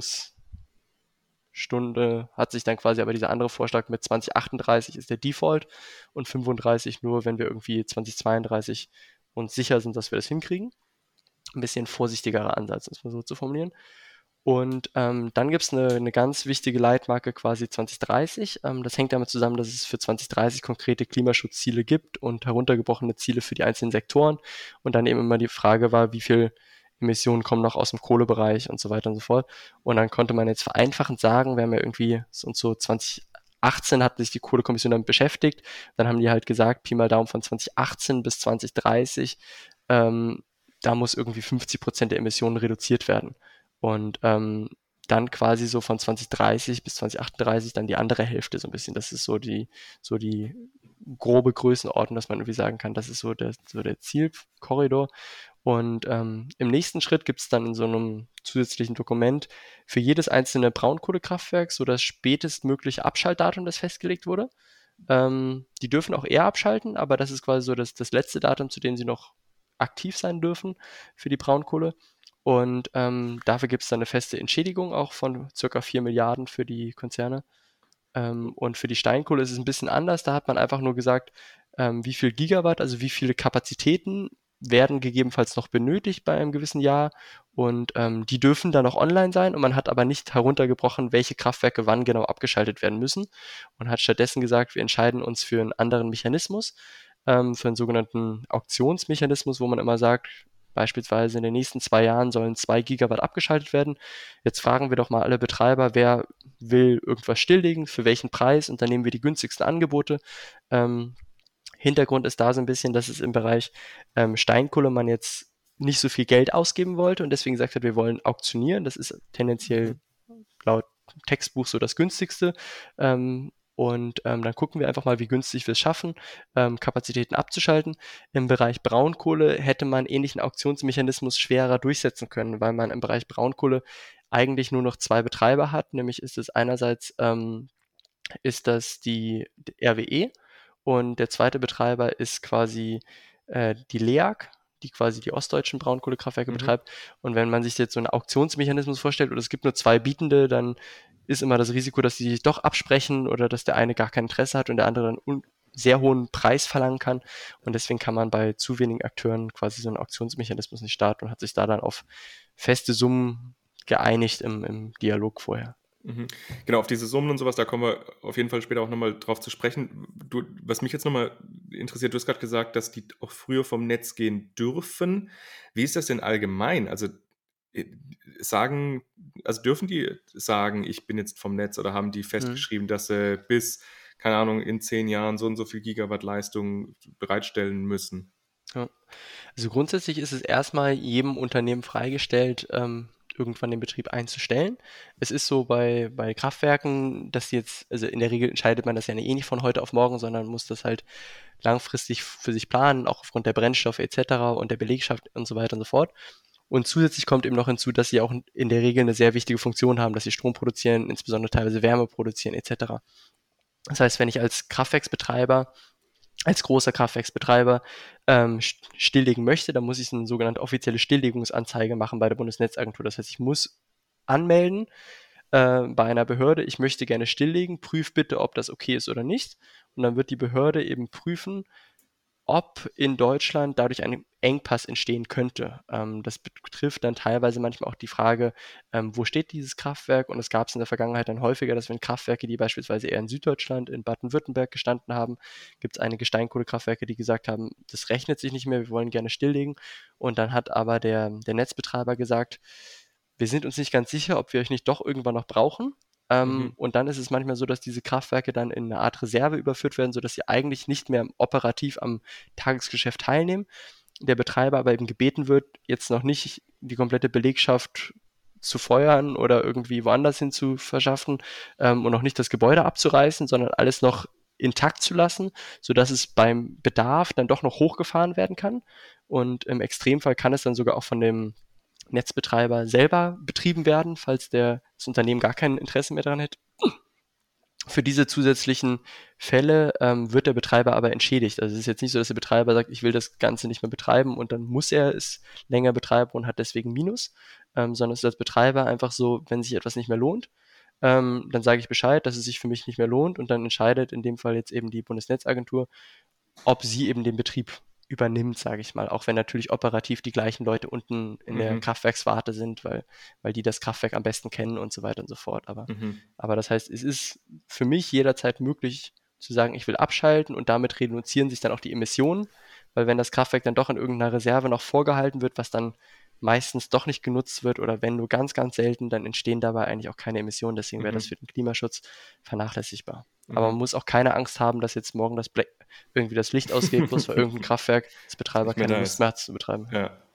Verhandlungsstunde hat sich dann quasi aber dieser andere Vorschlag mit 2038 ist der Default und 35 nur, wenn wir irgendwie 2032 uns sicher sind, dass wir das hinkriegen. Ein bisschen vorsichtigerer Ansatz, um es mal so zu formulieren. Und dann gibt es eine ganz wichtige Leitmarke quasi 2030. Das hängt damit zusammen, dass es für 2030 konkrete Klimaschutzziele gibt und heruntergebrochene Ziele für die einzelnen Sektoren. Und dann eben immer die Frage war, wie viel Emissionen kommen noch aus dem Kohlebereich und so weiter und so fort. Und dann konnte man jetzt vereinfachend sagen, wir haben ja irgendwie so 2018 hat sich die Kohlekommission damit beschäftigt. Dann haben die halt gesagt, Pi mal Daumen von 2018 bis 2030, da muss irgendwie 50% der Emissionen reduziert werden. Und dann quasi so von 2030 bis 2038 dann die andere Hälfte so ein bisschen. Das ist so die grobe Größenordnung, dass man irgendwie sagen kann, das ist so der Zielkorridor. Und im nächsten Schritt gibt es dann in so einem zusätzlichen Dokument für jedes einzelne Braunkohlekraftwerk so das spätestmögliche Abschaltdatum, das festgelegt wurde. Die dürfen auch eher abschalten, aber das ist quasi so das letzte Datum, zu dem sie noch aktiv sein dürfen für die Braunkohle. Und dafür gibt es dann eine feste Entschädigung auch von circa 4 Milliarden für die Konzerne. Und für die Steinkohle ist es ein bisschen anders. Da hat man einfach nur gesagt, wie viel Gigawatt, also wie viele Kapazitäten werden gegebenenfalls noch benötigt bei einem gewissen Jahr. Und die dürfen dann noch online sein. Und man hat aber nicht heruntergebrochen, welche Kraftwerke wann genau abgeschaltet werden müssen. Und hat stattdessen gesagt, wir entscheiden uns für einen anderen Mechanismus, für einen sogenannten Auktionsmechanismus, wo man immer sagt, beispielsweise in den nächsten 2 Jahren sollen 2 Gigawatt abgeschaltet werden. Jetzt fragen wir doch mal alle Betreiber, wer will irgendwas stilllegen, für welchen Preis, und dann nehmen wir die günstigsten Angebote. Hintergrund ist da so ein bisschen, dass es im Bereich Steinkohle man jetzt nicht so viel Geld ausgeben wollte und deswegen gesagt hat, wir wollen auktionieren. Das ist tendenziell laut Textbuch so das günstigste. Und dann gucken wir einfach mal, wie günstig wir es schaffen, Kapazitäten abzuschalten. Im Bereich Braunkohle hätte man ähnlichen Auktionsmechanismus schwerer durchsetzen können, weil man im Bereich Braunkohle eigentlich nur noch 2 Betreiber hat. Nämlich ist es einerseits ist das die RWE und der zweite Betreiber ist quasi die LEAG, die quasi die ostdeutschen Braunkohlekraftwerke betreibt. Und wenn man sich jetzt so einen Auktionsmechanismus vorstellt und es gibt nur 2 Bietende, dann ist immer das Risiko, dass die sich doch absprechen oder dass der eine gar kein Interesse hat und der andere dann sehr hohen Preis verlangen kann. Und deswegen kann man bei zu wenigen Akteuren quasi so einen Auktionsmechanismus nicht starten und hat sich da dann auf feste Summen geeinigt im Dialog vorher. Genau, auf diese Summen und sowas, da kommen wir auf jeden Fall später auch nochmal drauf zu sprechen. Was mich jetzt nochmal interessiert, du hast gerade gesagt, dass die auch früher vom Netz gehen dürfen. Wie ist das denn allgemein? Also dürfen die sagen, ich bin jetzt vom Netz, oder haben die festgeschrieben, dass sie bis, keine Ahnung, in 10 Jahren so und so viel Gigawatt Leistung bereitstellen müssen? Ja. Also grundsätzlich ist es erstmal jedem Unternehmen freigestellt, irgendwann den Betrieb einzustellen. Es ist so bei Kraftwerken, dass jetzt, also in der Regel entscheidet man das ja nicht von heute auf morgen, sondern muss das halt langfristig für sich planen, auch aufgrund der Brennstoffe etc. und der Belegschaft und so weiter und so fort. Und zusätzlich kommt eben noch hinzu, dass sie auch in der Regel eine sehr wichtige Funktion haben, dass sie Strom produzieren, insbesondere teilweise Wärme produzieren etc. Das heißt, wenn ich als Kraftwerksbetreiber, als großer Kraftwerksbetreiber stilllegen möchte, dann muss ich eine sogenannte offizielle Stilllegungsanzeige machen bei der Bundesnetzagentur. Das heißt, ich muss anmelden bei einer Behörde, ich möchte gerne stilllegen, prüf bitte, ob das okay ist oder nicht. Und dann wird die Behörde eben prüfen, ob in Deutschland dadurch ein Engpass entstehen könnte. Das betrifft dann teilweise manchmal auch die Frage, wo steht dieses Kraftwerk? Und es gab es in der Vergangenheit dann häufiger, dass wenn Kraftwerke, die beispielsweise eher in Süddeutschland, in Baden-Württemberg gestanden haben, gibt es einige Steinkohlekraftwerke, die gesagt haben, das rechnet sich nicht mehr, wir wollen gerne stilllegen. Und dann hat aber der Netzbetreiber gesagt, wir sind uns nicht ganz sicher, ob wir euch nicht doch irgendwann noch brauchen. Und dann ist es manchmal so, dass diese Kraftwerke dann in eine Art Reserve überführt werden, sodass sie eigentlich nicht mehr operativ am Tagesgeschäft teilnehmen. Der Betreiber aber eben gebeten wird, jetzt noch nicht die komplette Belegschaft zu feuern oder irgendwie woanders hin zu verschaffen und noch nicht das Gebäude abzureißen, sondern alles noch intakt zu lassen, sodass es beim Bedarf dann doch noch hochgefahren werden kann. Und im Extremfall kann es dann sogar auch von dem Netzbetreiber selber betrieben werden, falls das Unternehmen gar kein Interesse mehr daran hätte. Für diese zusätzlichen Fälle wird der Betreiber aber entschädigt. Also es ist jetzt nicht so, dass der Betreiber sagt, ich will das Ganze nicht mehr betreiben und dann muss er es länger betreiben und hat deswegen Minus, sondern es ist als Betreiber einfach so, wenn sich etwas nicht mehr lohnt, dann sage ich Bescheid, dass es sich für mich nicht mehr lohnt und dann entscheidet in dem Fall jetzt eben die Bundesnetzagentur, ob sie eben den Betrieb übernimmt, sage ich mal, auch wenn natürlich operativ die gleichen Leute unten in der Kraftwerkswarte sind, weil die das Kraftwerk am besten kennen und so weiter und so fort. Aber das heißt, es ist für mich jederzeit möglich zu sagen, ich will abschalten und damit reduzieren sich dann auch die Emissionen, weil wenn das Kraftwerk dann doch in irgendeiner Reserve noch vorgehalten wird, was dann meistens doch nicht genutzt wird oder wenn nur ganz, ganz selten, dann entstehen dabei eigentlich auch keine Emissionen. Deswegen wäre das für den Klimaschutz vernachlässigbar. Aber man muss auch keine Angst haben, dass jetzt morgen irgendwie das Licht ausgeht, bloß weil irgendein Kraftwerksbetreiber keine Lust mehr hat zu betreiben.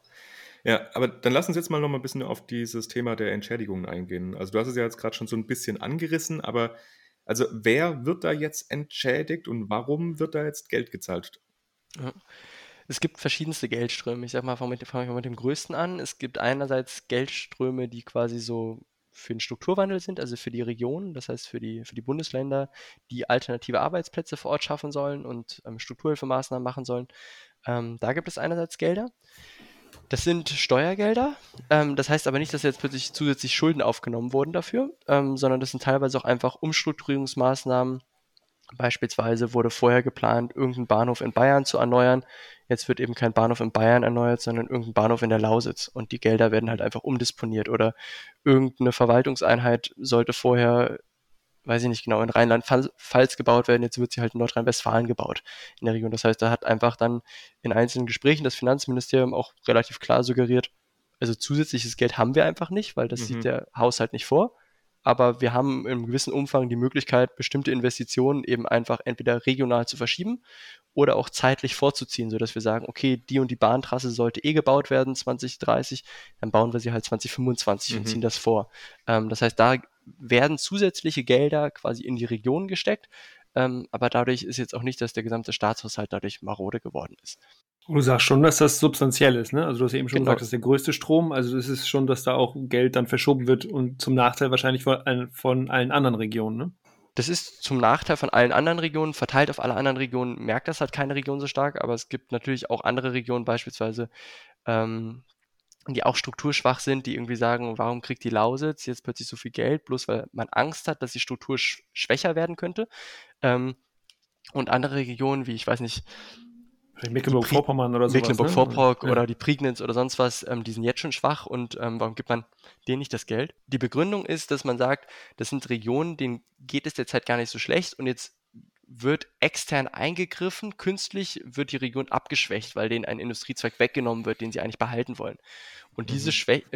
Ja, aber dann lass uns jetzt mal noch mal ein bisschen auf dieses Thema der Entschädigungen eingehen. Also du hast es ja jetzt gerade schon so ein bisschen angerissen, aber also wer wird da jetzt entschädigt und warum wird da jetzt Geld gezahlt? Ja. Es gibt verschiedenste Geldströme. Ich sag mal, fange ich mal mit dem größten an. Es gibt einerseits Geldströme, die quasi so für den Strukturwandel sind, also für die Regionen, das heißt für die Bundesländer, die alternative Arbeitsplätze vor Ort schaffen sollen und Strukturhilfemaßnahmen machen sollen. Da gibt es einerseits Gelder. Das sind Steuergelder. Das heißt aber nicht, dass jetzt plötzlich zusätzlich Schulden aufgenommen wurden dafür, sondern das sind teilweise auch einfach Umstrukturierungsmaßnahmen. Beispielsweise wurde vorher geplant, irgendeinen Bahnhof in Bayern zu erneuern. Jetzt wird eben kein Bahnhof in Bayern erneuert, sondern irgendein Bahnhof in der Lausitz. Und die Gelder werden halt einfach umdisponiert. Oder irgendeine Verwaltungseinheit sollte vorher, weiß ich nicht genau, in Rheinland-Pfalz gebaut werden. Jetzt wird sie halt in Nordrhein-Westfalen gebaut in der Region. Das heißt, da hat einfach dann in einzelnen Gesprächen das Finanzministerium auch relativ klar suggeriert, also zusätzliches Geld haben wir einfach nicht, weil das sieht der Haushalt nicht vor. Aber wir haben in einem gewissen Umfang die Möglichkeit, bestimmte Investitionen eben einfach entweder regional zu verschieben oder auch zeitlich vorzuziehen, sodass wir sagen, okay, die und die Bahntrasse sollte gebaut werden 2030, dann bauen wir sie halt 2025 und ziehen das vor. Das heißt, da werden zusätzliche Gelder quasi in die Region gesteckt, aber dadurch ist jetzt auch nicht, dass der gesamte Staatshaushalt dadurch marode geworden ist. Du sagst schon, dass das substanziell ist, ne? Also du hast ja eben schon gesagt, das ist der größte Strom, also das ist schon, dass da auch Geld dann verschoben wird und zum Nachteil wahrscheinlich von allen anderen Regionen, ne? Das ist zum Nachteil von allen anderen Regionen, verteilt auf alle anderen Regionen merkt das halt keine Region so stark, aber es gibt natürlich auch andere Regionen beispielsweise, die auch strukturschwach sind, die irgendwie sagen, warum kriegt die Lausitz jetzt plötzlich so viel Geld, bloß weil man Angst hat, dass die Struktur schwächer werden könnte. Und andere Regionen wie, ich weiß nicht, Mecklenburg-Vorpommern oder sowas. Mecklenburg-Vorpommern oder die Prignitz oder sonst was, die sind jetzt schon schwach und warum gibt man denen nicht das Geld? Die Begründung ist, dass man sagt, das sind Regionen, denen geht es derzeit gar nicht so schlecht und jetzt wird extern eingegriffen, künstlich wird die Region abgeschwächt, weil denen ein Industriezweig weggenommen wird, den sie eigentlich behalten wollen. Und dieses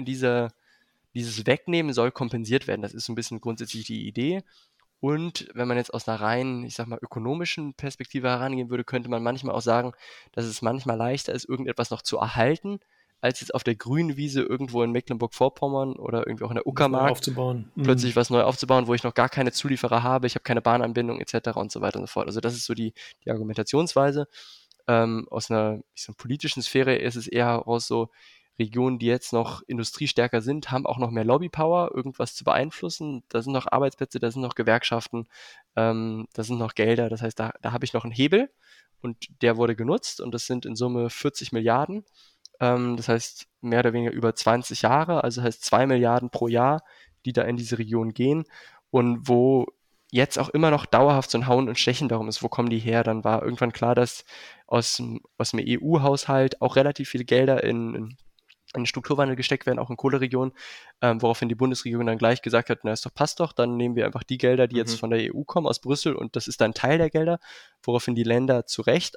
Wegnehmen soll kompensiert werden. Das ist so ein bisschen grundsätzlich die Idee. Und wenn man jetzt aus einer rein, ich sag mal, ökonomischen Perspektive herangehen würde, könnte man manchmal auch sagen, dass es manchmal leichter ist, irgendetwas noch zu erhalten, als jetzt auf der grünen Wiese irgendwo in Mecklenburg-Vorpommern oder irgendwie auch in der Uckermark plötzlich was neu aufzubauen, wo ich noch gar keine Zulieferer habe, ich habe keine Bahnanbindung etc. und so weiter und so fort. Also das ist so die Argumentationsweise. Aus einer politischen Sphäre ist es eher heraus so, Regionen, die jetzt noch industriestärker sind, haben auch noch mehr Lobbypower, irgendwas zu beeinflussen. Da sind noch Arbeitsplätze, da sind noch Gewerkschaften, da sind noch Gelder. Das heißt, da habe ich noch einen Hebel und der wurde genutzt und das sind in Summe 40 Milliarden. Das heißt, mehr oder weniger über 20 Jahre, also heißt 2 Milliarden pro Jahr, die da in diese Region gehen und wo jetzt auch immer noch dauerhaft so ein Hauen und Stechen darum ist, wo kommen die her? Dann war irgendwann klar, dass aus dem EU-Haushalt auch relativ viele Gelder in den Strukturwandel gesteckt werden, auch in Kohleregionen, woraufhin die Bundesregierung dann gleich gesagt hat, na, ist doch, passt doch, dann nehmen wir einfach die Gelder, die jetzt von der EU kommen, aus Brüssel und das ist dann Teil der Gelder, woraufhin die Länder zu Recht auch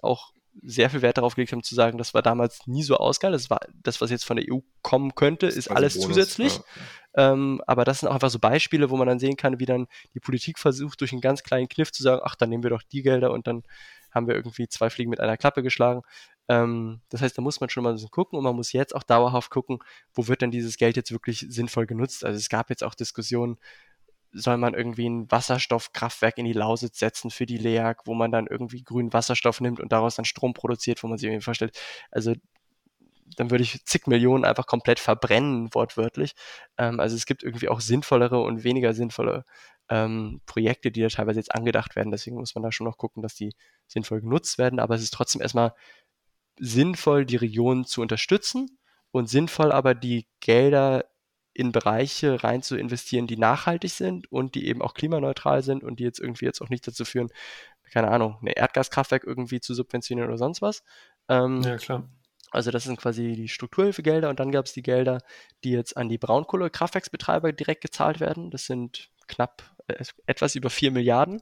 sehr viel Wert darauf gelegt haben, zu sagen, das war damals nie so ausgegangen. Das war das, was jetzt von der EU kommen könnte, ist alles Bonus, zusätzlich. Aber das sind auch einfach so Beispiele, wo man dann sehen kann, wie dann die Politik versucht, durch einen ganz kleinen Kniff zu sagen, ach, dann nehmen wir doch die Gelder und dann haben wir irgendwie 2 Fliegen mit einer Klappe geschlagen. Das heißt, da muss man schon mal ein bisschen gucken und man muss jetzt auch dauerhaft gucken, wo wird denn dieses Geld jetzt wirklich sinnvoll genutzt. Also es gab jetzt auch Diskussionen, soll man irgendwie ein Wasserstoffkraftwerk in die Lausitz setzen für die LEAG, wo man dann irgendwie grünen Wasserstoff nimmt und daraus dann Strom produziert, wo man sich irgendwie vorstellt, also dann würde ich zig Millionen einfach komplett verbrennen, wortwörtlich. Also es gibt irgendwie auch sinnvollere und weniger sinnvolle Projekte, die da teilweise jetzt angedacht werden. Deswegen muss man da schon noch gucken, dass die sinnvoll genutzt werden. Aber es ist trotzdem erstmal sinnvoll, die Region zu unterstützen und sinnvoll aber die Gelder in Bereiche rein zu investieren, die nachhaltig sind und die eben auch klimaneutral sind und die jetzt irgendwie jetzt auch nicht dazu führen, keine Ahnung, ein Erdgaskraftwerk irgendwie zu subventionieren oder sonst was. Ja, klar. Also das sind quasi die Strukturhilfegelder und dann gab es die Gelder, die jetzt an die Braunkohlekraftwerksbetreiber direkt gezahlt werden. Das sind knapp etwas über 4 Milliarden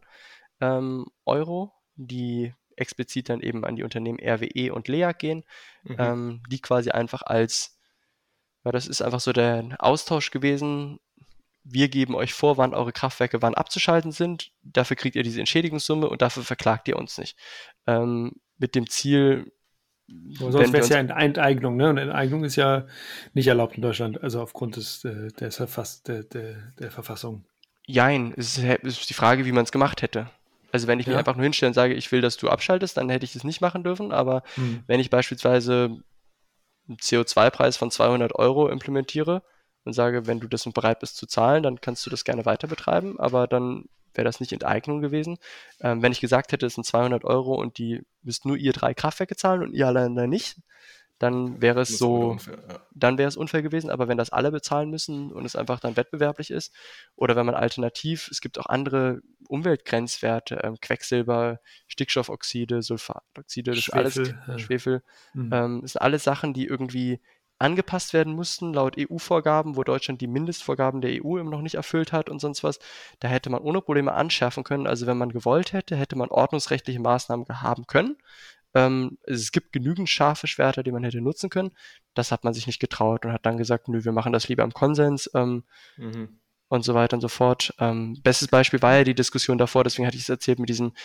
Euro, die explizit dann eben an die Unternehmen RWE und LEAG gehen, die quasi einfach als, ja, das ist einfach so der Austausch gewesen. Wir geben euch vor, wann eure Kraftwerke wann abzuschalten sind. Dafür kriegt ihr diese Entschädigungssumme und dafür verklagt ihr uns nicht. Mit dem Ziel, sonst wäre es ja eine Enteignung, ne? Und Enteignung ist ja nicht erlaubt in Deutschland, also aufgrund der Verfassung. Jein, es ist die Frage, wie man es gemacht hätte. Also wenn ich mich einfach nur hinstelle und sage, ich will, dass du abschaltest, dann hätte ich das nicht machen dürfen. Aber wenn ich beispielsweise einen CO2-Preis von 200 Euro implementiere und sage, wenn du das bereit bist zu zahlen, dann kannst du das gerne weiter betreiben, aber dann wäre das nicht Enteignung gewesen. Wenn ich gesagt hätte, es sind 200 Euro und die müsst nur ihr 3 Kraftwerke zahlen und ihr alleine nicht, dann wäre es so, unfair, ja. Dann wäre es unfair gewesen, aber wenn das alle bezahlen müssen und es einfach dann wettbewerblich ist, oder wenn man alternativ, es gibt auch andere Umweltgrenzwerte, Quecksilber, Stickstoffoxide, Sulfatoxide, das Schwefel, alles Schwefel, das sind alles Sachen, die irgendwie angepasst werden mussten laut EU-Vorgaben, wo Deutschland die Mindestvorgaben der EU immer noch nicht erfüllt hat und sonst was. Da hätte man ohne Probleme anschärfen können. Also wenn man gewollt hätte, hätte man ordnungsrechtliche Maßnahmen haben können. Es gibt genügend scharfe Schwerter, die man hätte nutzen können. Das hat man sich nicht getraut und hat dann gesagt, nö, wir machen das lieber im Konsens und so weiter und so fort. Bestes Beispiel war ja die Diskussion davor, deswegen hatte ich es erzählt,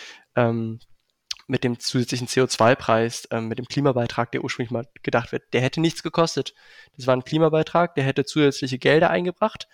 mit dem zusätzlichen CO2-Preis, mit dem Klimabeitrag, der ursprünglich mal gedacht wird. Der hätte nichts gekostet. Das war ein Klimabeitrag, der hätte zusätzliche Gelder eingebracht.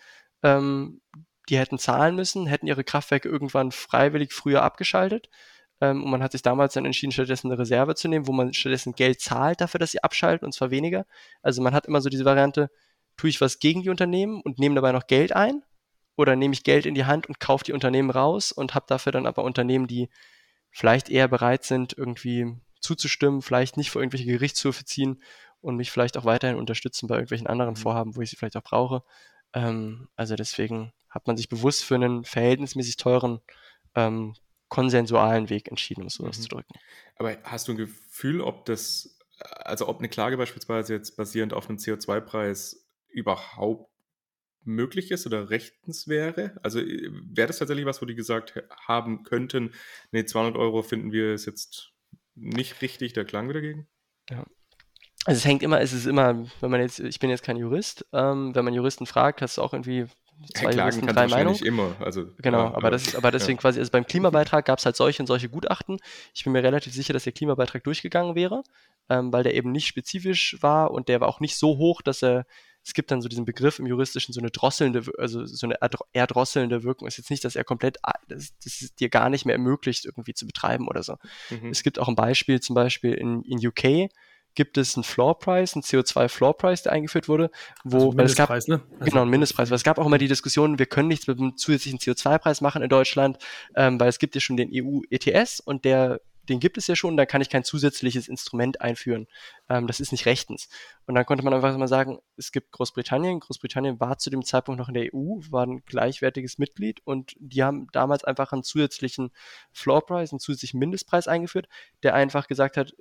Die hätten zahlen müssen, hätten ihre Kraftwerke irgendwann freiwillig früher abgeschaltet. Und man hat sich damals dann entschieden, stattdessen eine Reserve zu nehmen, wo man stattdessen Geld zahlt dafür, dass sie abschalten, und zwar weniger. Also man hat immer so diese Variante, tue ich was gegen die Unternehmen und nehme dabei noch Geld ein, oder nehme ich Geld in die Hand und kaufe die Unternehmen raus und habe dafür dann aber Unternehmen, die vielleicht eher bereit sind, irgendwie zuzustimmen, vielleicht nicht vor irgendwelche Gerichtshofe ziehen und mich vielleicht auch weiterhin unterstützen bei irgendwelchen anderen Vorhaben, wo ich sie vielleicht auch brauche. Also deswegen hat man sich bewusst für einen verhältnismäßig teuren konsensualen Weg entschieden, um es so auszudrücken. Aber hast du ein Gefühl, ob eine Klage beispielsweise jetzt basierend auf einem CO2-Preis überhaupt möglich ist oder rechtens wäre? Also wäre das tatsächlich was, wo die gesagt haben könnten, nee, 200 Euro finden wir ist jetzt nicht richtig, da klagen wir dagegen? Ja. Also es ist immer, ich bin jetzt kein Jurist, wenn man Juristen fragt, hast du auch irgendwie 2 Juristen, 3 Meinungen. Immer. Also, genau, ja, aber deswegen quasi, also beim Klimabeitrag gab es halt solche und solche Gutachten. Ich bin mir relativ sicher, dass der Klimabeitrag durchgegangen wäre, weil der eben nicht spezifisch war und der war auch nicht so hoch, dass es gibt dann so diesen Begriff im Juristischen, so eine drosselnde, also so eine erdrosselnde Wirkung. Ist jetzt nicht, dass er komplett, das dir gar nicht mehr ermöglicht, irgendwie zu betreiben oder so. Es gibt auch ein Beispiel, zum Beispiel in UK, gibt es einen Floorpreis, einen CO2-Floorpreis, der eingeführt wurde, wo, also Mindestpreis, es gab, ne? Also, genau, einen Mindestpreis, weil es gab auch immer die Diskussion, wir können nichts mit einem zusätzlichen CO2-Preis machen in Deutschland, weil es gibt ja schon den EU-ETS und den gibt es ja schon, da kann ich kein zusätzliches Instrument einführen. Das ist nicht rechtens. Und dann konnte man einfach mal sagen, es gibt Großbritannien war zu dem Zeitpunkt noch in der EU, war ein gleichwertiges Mitglied und die haben damals einfach einen zusätzlichen Mindestpreis eingeführt, der einfach gesagt hat,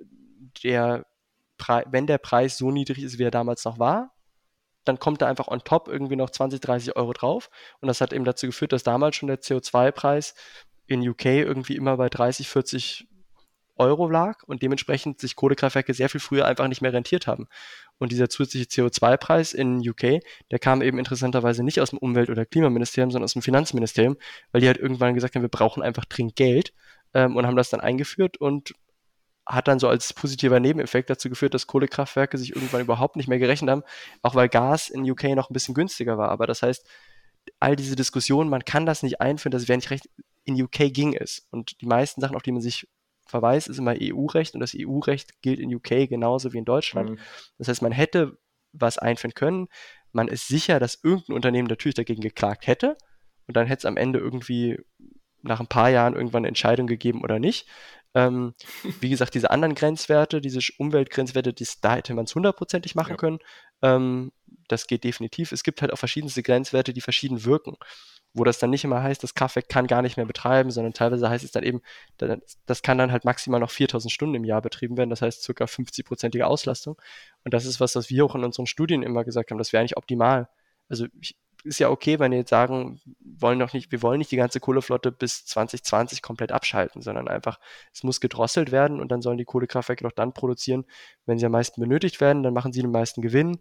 wenn der Preis so niedrig ist, wie er damals noch war, dann kommt da einfach on top irgendwie noch 20, 30 Euro drauf. Und das hat eben dazu geführt, dass damals schon der CO2-Preis in UK irgendwie immer bei 30, 40 Euro lag und dementsprechend sich Kohlekraftwerke sehr viel früher einfach nicht mehr rentiert haben. Und dieser zusätzliche CO2-Preis in UK, der kam eben interessanterweise nicht aus dem Umwelt- oder Klimaministerium, sondern aus dem Finanzministerium, weil die halt irgendwann gesagt haben, wir brauchen einfach dringend Geld, und haben das dann eingeführt und hat dann so als positiver Nebeneffekt dazu geführt, dass Kohlekraftwerke sich irgendwann überhaupt nicht mehr gerechnet haben, auch weil Gas in UK noch ein bisschen günstiger war. Aber das heißt, all diese Diskussionen, man kann das nicht einführen, das wäre nicht recht, in UK ging es. Und die meisten Sachen, auf die man sich verweist, ist immer EU-Recht und das EU-Recht gilt in UK genauso wie in Deutschland. Das heißt, man hätte was einführen können. Man ist sicher, dass irgendein Unternehmen natürlich dagegen geklagt hätte und dann hätte es am Ende irgendwie nach ein paar Jahren irgendwann eine Entscheidung gegeben oder nicht. Wie gesagt, diese anderen Grenzwerte, diese Umweltgrenzwerte, da hätte man es 100%ig machen können. Das geht definitiv. Es gibt halt auch verschiedenste Grenzwerte, die verschieden wirken, wo das dann nicht immer heißt, das Kraftwerk kann gar nicht mehr betreiben, sondern teilweise heißt es dann eben, das kann dann halt maximal noch 4000 Stunden im Jahr betrieben werden, das heißt ca. 50%ige Auslastung. Und das ist was wir auch in unseren Studien immer gesagt haben, das wäre eigentlich optimal. Also ist ja okay, wenn wir jetzt sagen, wir wollen nicht die ganze Kohleflotte bis 2020 komplett abschalten, sondern einfach, es muss gedrosselt werden und dann sollen die Kohlekraftwerke doch dann produzieren, wenn sie am meisten benötigt werden, dann machen sie den meisten Gewinn.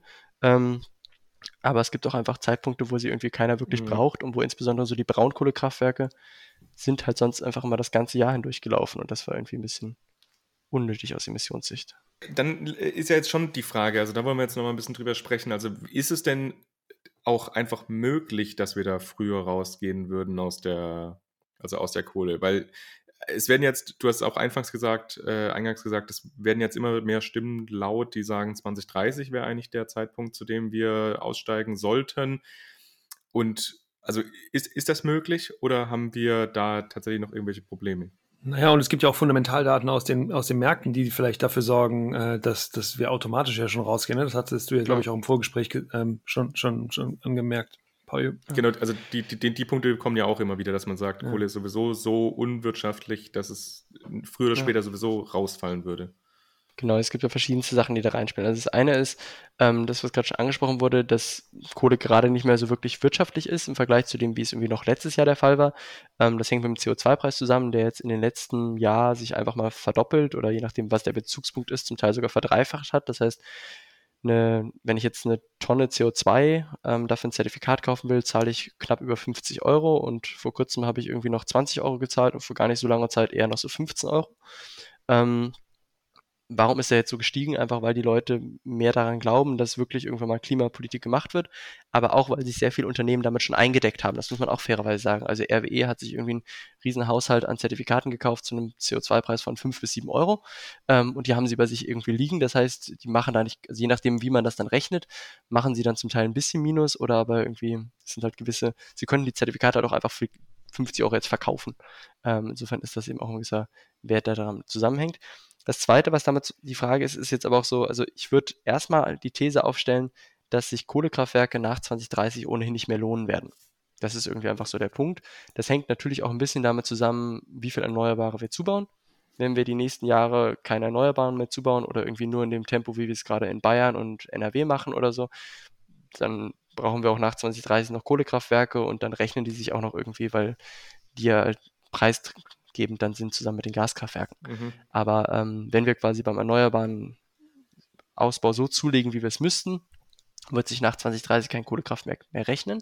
Aber es gibt auch einfach Zeitpunkte, wo sie irgendwie keiner wirklich braucht und wo insbesondere so die Braunkohlekraftwerke sind halt sonst einfach immer das ganze Jahr hindurch gelaufen und das war irgendwie ein bisschen unnötig aus Emissionssicht. Dann ist ja jetzt schon die Frage, also da wollen wir jetzt noch mal ein bisschen drüber sprechen, also ist es denn auch einfach möglich, dass wir da früher rausgehen würden aus der Kohle? Weil es werden jetzt, du hast auch eingangs gesagt, es werden jetzt immer mehr Stimmen laut, die sagen, 2030 wäre eigentlich der Zeitpunkt, zu dem wir aussteigen sollten. Und also ist das möglich oder haben wir da tatsächlich noch irgendwelche Probleme? Naja, und es gibt ja auch Fundamentaldaten aus den Märkten, die vielleicht dafür sorgen, dass wir automatisch ja schon rausgehen. Ne? Das hattest du ja, glaube ich, auch im Vorgespräch schon angemerkt, Paul. Genau, also die Punkte kommen ja auch immer wieder, dass man sagt, Kohle ist sowieso so unwirtschaftlich, dass es früher oder später sowieso rausfallen würde. Genau, es gibt ja verschiedenste Sachen, die da reinspielen. Also das eine ist, das, was gerade schon angesprochen wurde, dass Kohle gerade nicht mehr so wirklich wirtschaftlich ist im Vergleich zu dem, wie es irgendwie noch letztes Jahr der Fall war. Das hängt mit dem CO2-Preis zusammen, der jetzt in den letzten Jahren sich einfach mal verdoppelt oder je nachdem, was der Bezugspunkt ist, zum Teil sogar verdreifacht hat. Das heißt, wenn ich jetzt eine Tonne CO2 dafür ein Zertifikat kaufen will, zahle ich knapp über 50 Euro und vor kurzem habe ich irgendwie noch 20 Euro gezahlt und vor gar nicht so langer Zeit eher noch so 15 Euro. Warum ist er jetzt so gestiegen? Einfach weil die Leute mehr daran glauben, dass wirklich irgendwann mal Klimapolitik gemacht wird, aber auch, weil sich sehr viele Unternehmen damit schon eingedeckt haben. Das muss man auch fairerweise sagen. Also RWE hat sich irgendwie einen riesen Haushalt an Zertifikaten gekauft zu einem CO2-Preis von 5 bis 7 Euro und die haben sie bei sich irgendwie liegen. Das heißt, die machen da nicht, also je nachdem, wie man das dann rechnet, machen sie dann zum Teil ein bisschen Minus oder aber irgendwie, es sind halt sie können die Zertifikate halt auch einfach für 50 Euro jetzt verkaufen. Insofern ist das eben auch ein gewisser Wert, der daran zusammenhängt. Das Zweite, was damit die Frage ist, ist jetzt aber auch so, also ich würde erstmal die These aufstellen, dass sich Kohlekraftwerke nach 2030 ohnehin nicht mehr lohnen werden. Das ist irgendwie einfach so der Punkt. Das hängt natürlich auch ein bisschen damit zusammen, wie viel Erneuerbare wir zubauen. Wenn wir die nächsten Jahre keine Erneuerbaren mehr zubauen oder irgendwie nur in dem Tempo, wie wir es gerade in Bayern und NRW machen oder so, dann brauchen wir auch nach 2030 noch Kohlekraftwerke und dann rechnen die sich auch noch irgendwie, weil die ja preisgebend dann sind zusammen mit den Gaskraftwerken. Aber wenn wir quasi beim erneuerbaren Ausbau so zulegen, wie wir es müssten, wird sich nach 2030 kein Kohlekraftwerk mehr rechnen.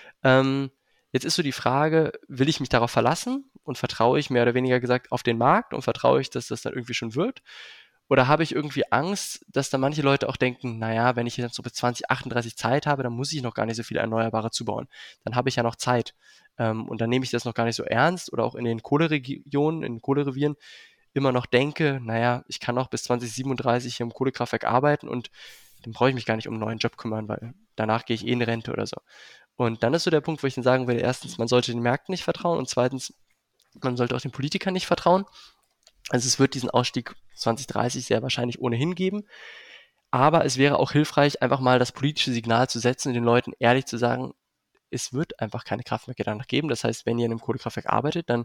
Jetzt ist so die Frage, will ich mich darauf verlassen und vertraue ich mehr oder weniger gesagt auf den Markt und vertraue ich, dass das dann irgendwie schon wird? Oder habe ich irgendwie Angst, dass da manche Leute auch denken, naja, wenn ich jetzt so bis 2038 Zeit habe, dann muss ich noch gar nicht so viele Erneuerbare zubauen. Dann habe ich ja noch Zeit. Und dann nehme ich das noch gar nicht so ernst oder auch in den Kohleregionen, in den Kohlerevieren immer noch denke, naja, ich kann noch bis 2037 hier im Kohlekraftwerk arbeiten und dann brauche ich mich gar nicht um einen neuen Job kümmern, weil danach gehe ich in Rente oder so. Und dann ist so der Punkt, wo ich dann sagen würde, erstens, man sollte den Märkten nicht vertrauen und zweitens, man sollte auch den Politikern nicht vertrauen. Also es wird diesen Ausstieg 2030 sehr wahrscheinlich ohnehin geben. Aber es wäre auch hilfreich, einfach mal das politische Signal zu setzen und den Leuten ehrlich zu sagen, es wird einfach keine Kraftwerke danach geben. Das heißt, wenn ihr in einem Kohlekraftwerk arbeitet, dann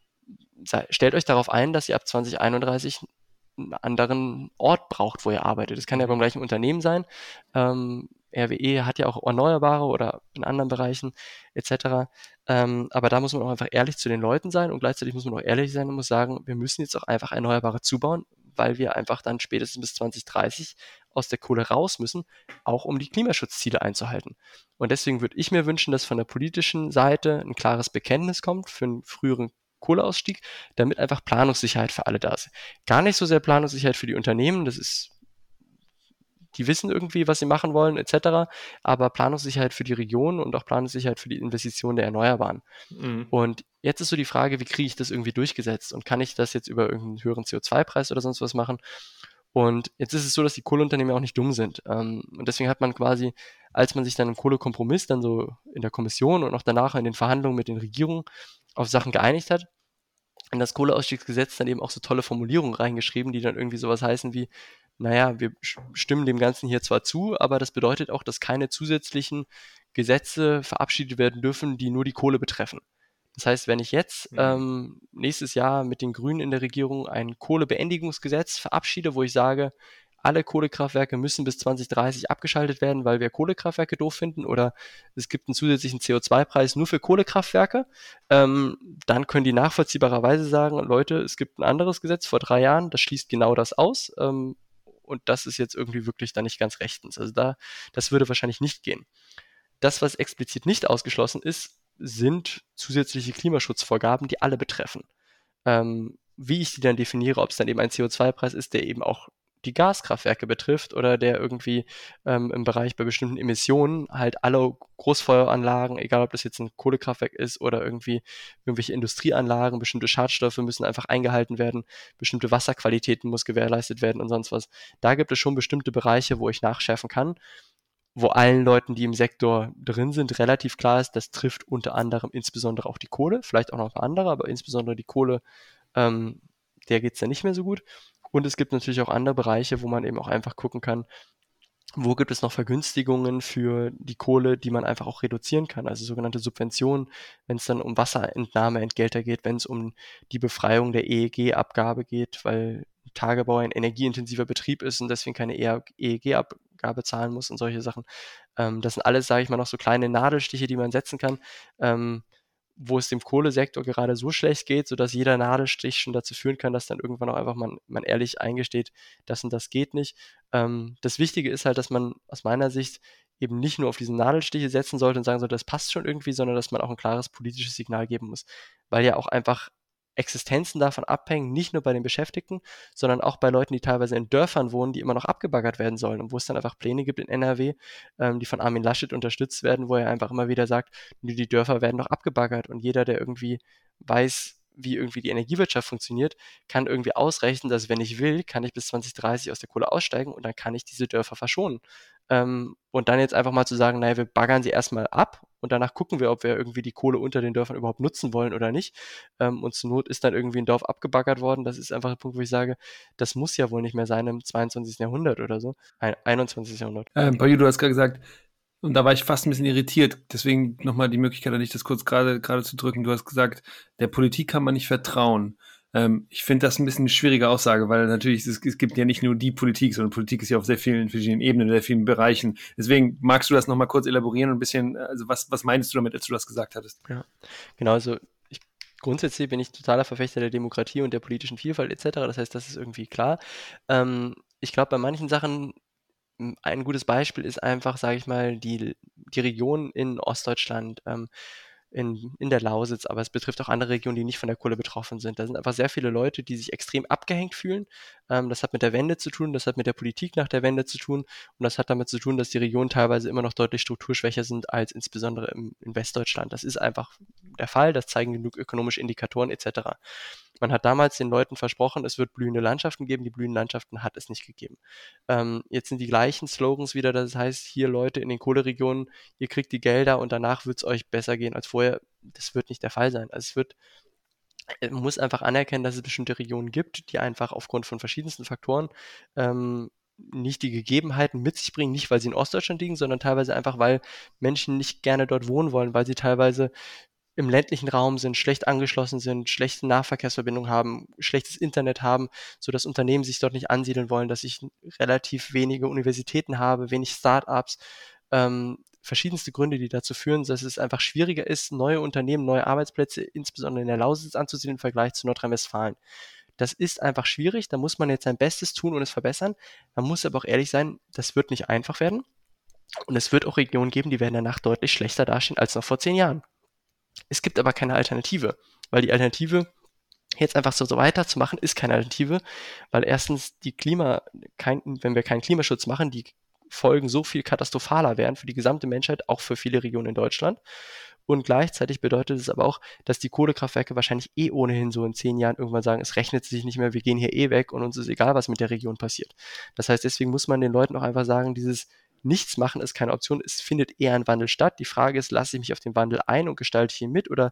stellt euch darauf ein, dass ihr ab 2031 einen anderen Ort braucht, wo ihr arbeitet. Das kann ja beim gleichen Unternehmen sein. RWE hat ja auch Erneuerbare oder in anderen Bereichen etc. Aber da muss man auch einfach ehrlich zu den Leuten sein und gleichzeitig muss man auch ehrlich sein und muss sagen, wir müssen jetzt auch einfach Erneuerbare zubauen, weil wir einfach dann spätestens bis 2030 aus der Kohle raus müssen, auch um die Klimaschutzziele einzuhalten. Und deswegen würde ich mir wünschen, dass von der politischen Seite ein klares Bekenntnis kommt für einen früheren Kohleausstieg, damit einfach Planungssicherheit für alle da ist. Gar nicht so sehr Planungssicherheit für die Unternehmen, die wissen irgendwie, was sie machen wollen, etc., aber Planungssicherheit für die Region und auch Planungssicherheit für die Investitionen der Erneuerbaren. Mhm. Und jetzt ist so die Frage, wie kriege ich das irgendwie durchgesetzt und kann ich das jetzt über irgendeinen höheren CO2-Preis oder sonst was machen? Und jetzt ist es so, dass die Kohleunternehmen auch nicht dumm sind. Und deswegen hat man quasi, als man sich dann im Kohlekompromiss dann so in der Kommission und auch danach in den Verhandlungen mit den Regierungen auf Sachen geeinigt hat, in das Kohleausstiegsgesetz dann eben auch so tolle Formulierungen reingeschrieben, die dann irgendwie sowas heißen wie, naja, wir stimmen dem Ganzen hier zwar zu, aber das bedeutet auch, dass keine zusätzlichen Gesetze verabschiedet werden dürfen, die nur die Kohle betreffen. Das heißt, wenn ich jetzt nächstes Jahr mit den Grünen in der Regierung ein Kohlebeendigungsgesetz verabschiede, wo ich sage, alle Kohlekraftwerke müssen bis 2030 abgeschaltet werden, weil wir Kohlekraftwerke doof finden, oder es gibt einen zusätzlichen CO2-Preis nur für Kohlekraftwerke, dann können die nachvollziehbarerweise sagen, Leute, es gibt ein anderes Gesetz vor 3 Jahren, das schließt genau das aus, und das ist jetzt irgendwie wirklich dann nicht ganz rechtens. Also das würde wahrscheinlich nicht gehen. Das, was explizit nicht ausgeschlossen ist, sind zusätzliche Klimaschutzvorgaben, die alle betreffen. Wie ich die dann definiere, ob es dann eben ein CO2-Preis ist, der eben auch die Gaskraftwerke betrifft oder der irgendwie im Bereich bei bestimmten Emissionen halt alle Großfeueranlagen, egal ob das jetzt ein Kohlekraftwerk ist oder irgendwie irgendwelche Industrieanlagen, bestimmte Schadstoffe müssen einfach eingehalten werden, bestimmte Wasserqualitäten muss gewährleistet werden und sonst was. Da gibt es schon bestimmte Bereiche, wo ich nachschärfen kann, wo allen Leuten, die im Sektor drin sind, relativ klar ist, das trifft unter anderem insbesondere auch die Kohle, vielleicht auch noch ein paar andere, aber insbesondere die Kohle, der geht es dann nicht mehr so gut. Und es gibt natürlich auch andere Bereiche, wo man eben auch einfach gucken kann, wo gibt es noch Vergünstigungen für die Kohle, die man einfach auch reduzieren kann, also sogenannte Subventionen, wenn es dann um Wasserentnahmeentgelter geht, wenn es um die Befreiung der EEG-Abgabe geht, weil Tagebau ein energieintensiver Betrieb ist und deswegen keine EEG-Abgabe zahlen muss und solche Sachen. Das sind alles, sage ich mal, noch so kleine Nadelstiche, die man setzen kann, wo es dem Kohlesektor gerade so schlecht geht, sodass jeder Nadelstich schon dazu führen kann, dass dann irgendwann auch einfach man ehrlich eingesteht, das und das geht nicht. Das Wichtige ist halt, dass man aus meiner Sicht eben nicht nur auf diese Nadelstiche setzen sollte und sagen sollte, das passt schon irgendwie, sondern dass man auch ein klares politisches Signal geben muss, weil ja auch einfach Existenzen davon abhängen, nicht nur bei den Beschäftigten, sondern auch bei Leuten, die teilweise in Dörfern wohnen, die immer noch abgebaggert werden sollen und wo es dann einfach Pläne gibt in NRW, die von Armin Laschet unterstützt werden, wo er einfach immer wieder sagt, die Dörfer werden noch abgebaggert und jeder, der irgendwie weiß, wie irgendwie die Energiewirtschaft funktioniert, kann irgendwie ausrechnen, dass wenn ich will, kann ich bis 2030 aus der Kohle aussteigen und dann kann ich diese Dörfer verschonen. Und dann jetzt einfach mal zu sagen, naja, wir baggern sie erstmal ab und danach gucken wir, ob wir irgendwie die Kohle unter den Dörfern überhaupt nutzen wollen oder nicht. Und zur Not ist dann irgendwie ein Dorf abgebaggert worden. Das ist einfach ein Punkt, wo ich sage, das muss ja wohl nicht mehr sein im 22. Jahrhundert oder so. 21. Jahrhundert. Paju, du hast gerade gesagt, und da war ich fast ein bisschen irritiert, deswegen nochmal die Möglichkeit, an dich das kurz gerade zu drücken. Du hast gesagt, der Politik kann man nicht vertrauen. Ich finde das ein bisschen eine schwierige Aussage, weil natürlich es gibt ja nicht nur die Politik, sondern Politik ist ja auf sehr vielen verschiedenen Ebenen, sehr vielen Bereichen. Deswegen magst du das nochmal kurz elaborieren und ein bisschen, also was meinst du damit, als du das gesagt hattest? Ja, genau, also grundsätzlich bin ich totaler Verfechter der Demokratie und der politischen Vielfalt etc. Das heißt, das ist irgendwie klar. Ich glaube, bei manchen Sachen ein gutes Beispiel ist einfach, sage ich mal, die Region in Ostdeutschland, in der Lausitz, aber es betrifft auch andere Regionen, die nicht von der Kohle betroffen sind. Da sind einfach sehr viele Leute, die sich extrem abgehängt fühlen. Das hat mit der Wende zu tun, das hat mit der Politik nach der Wende zu tun und das hat damit zu tun, dass die Regionen teilweise immer noch deutlich strukturschwächer sind als insbesondere in Westdeutschland. Das ist einfach der Fall, das zeigen genug ökonomische Indikatoren etc. Man hat damals den Leuten versprochen, es wird blühende Landschaften geben, die blühenden Landschaften hat es nicht gegeben. Jetzt sind die gleichen Slogans wieder, das heißt, hier Leute in den Kohleregionen, ihr kriegt die Gelder und danach wird es euch besser gehen als vorher. Das wird nicht der Fall sein. Also man muss einfach anerkennen, dass es bestimmte Regionen gibt, die einfach aufgrund von verschiedensten Faktoren nicht die Gegebenheiten mit sich bringen, nicht weil sie in Ostdeutschland liegen, sondern teilweise einfach, weil Menschen nicht gerne dort wohnen wollen, weil sie teilweise im ländlichen Raum sind, schlecht angeschlossen sind, schlechte Nahverkehrsverbindungen haben, schlechtes Internet haben, sodass Unternehmen sich dort nicht ansiedeln wollen, dass ich relativ wenige Universitäten habe, wenig Start-ups, verschiedenste Gründe, die dazu führen, dass es einfach schwieriger ist, neue Unternehmen, neue Arbeitsplätze, insbesondere in der Lausitz anzusiedeln im Vergleich zu Nordrhein-Westfalen. Das ist einfach schwierig, da muss man jetzt sein Bestes tun und es verbessern. Man muss aber auch ehrlich sein, das wird nicht einfach werden. Und es wird auch Regionen geben, die werden danach deutlich schlechter dastehen als noch vor 10 Jahren. Es gibt aber keine Alternative, weil die Alternative, jetzt einfach so weiterzumachen, ist keine Alternative, weil erstens wenn wir keinen Klimaschutz machen, die Folgen so viel katastrophaler wären für die gesamte Menschheit, auch für viele Regionen in Deutschland. Und gleichzeitig bedeutet es aber auch, dass die Kohlekraftwerke wahrscheinlich ohnehin so in 10 Jahren irgendwann sagen, es rechnet sich nicht mehr, wir gehen hier weg und uns ist egal, was mit der Region passiert. Das heißt, deswegen muss man den Leuten auch einfach sagen, dieses Nichts machen ist keine Option, es findet eher ein Wandel statt. Die Frage ist, lasse ich mich auf den Wandel ein und gestalte ich ihn mit oder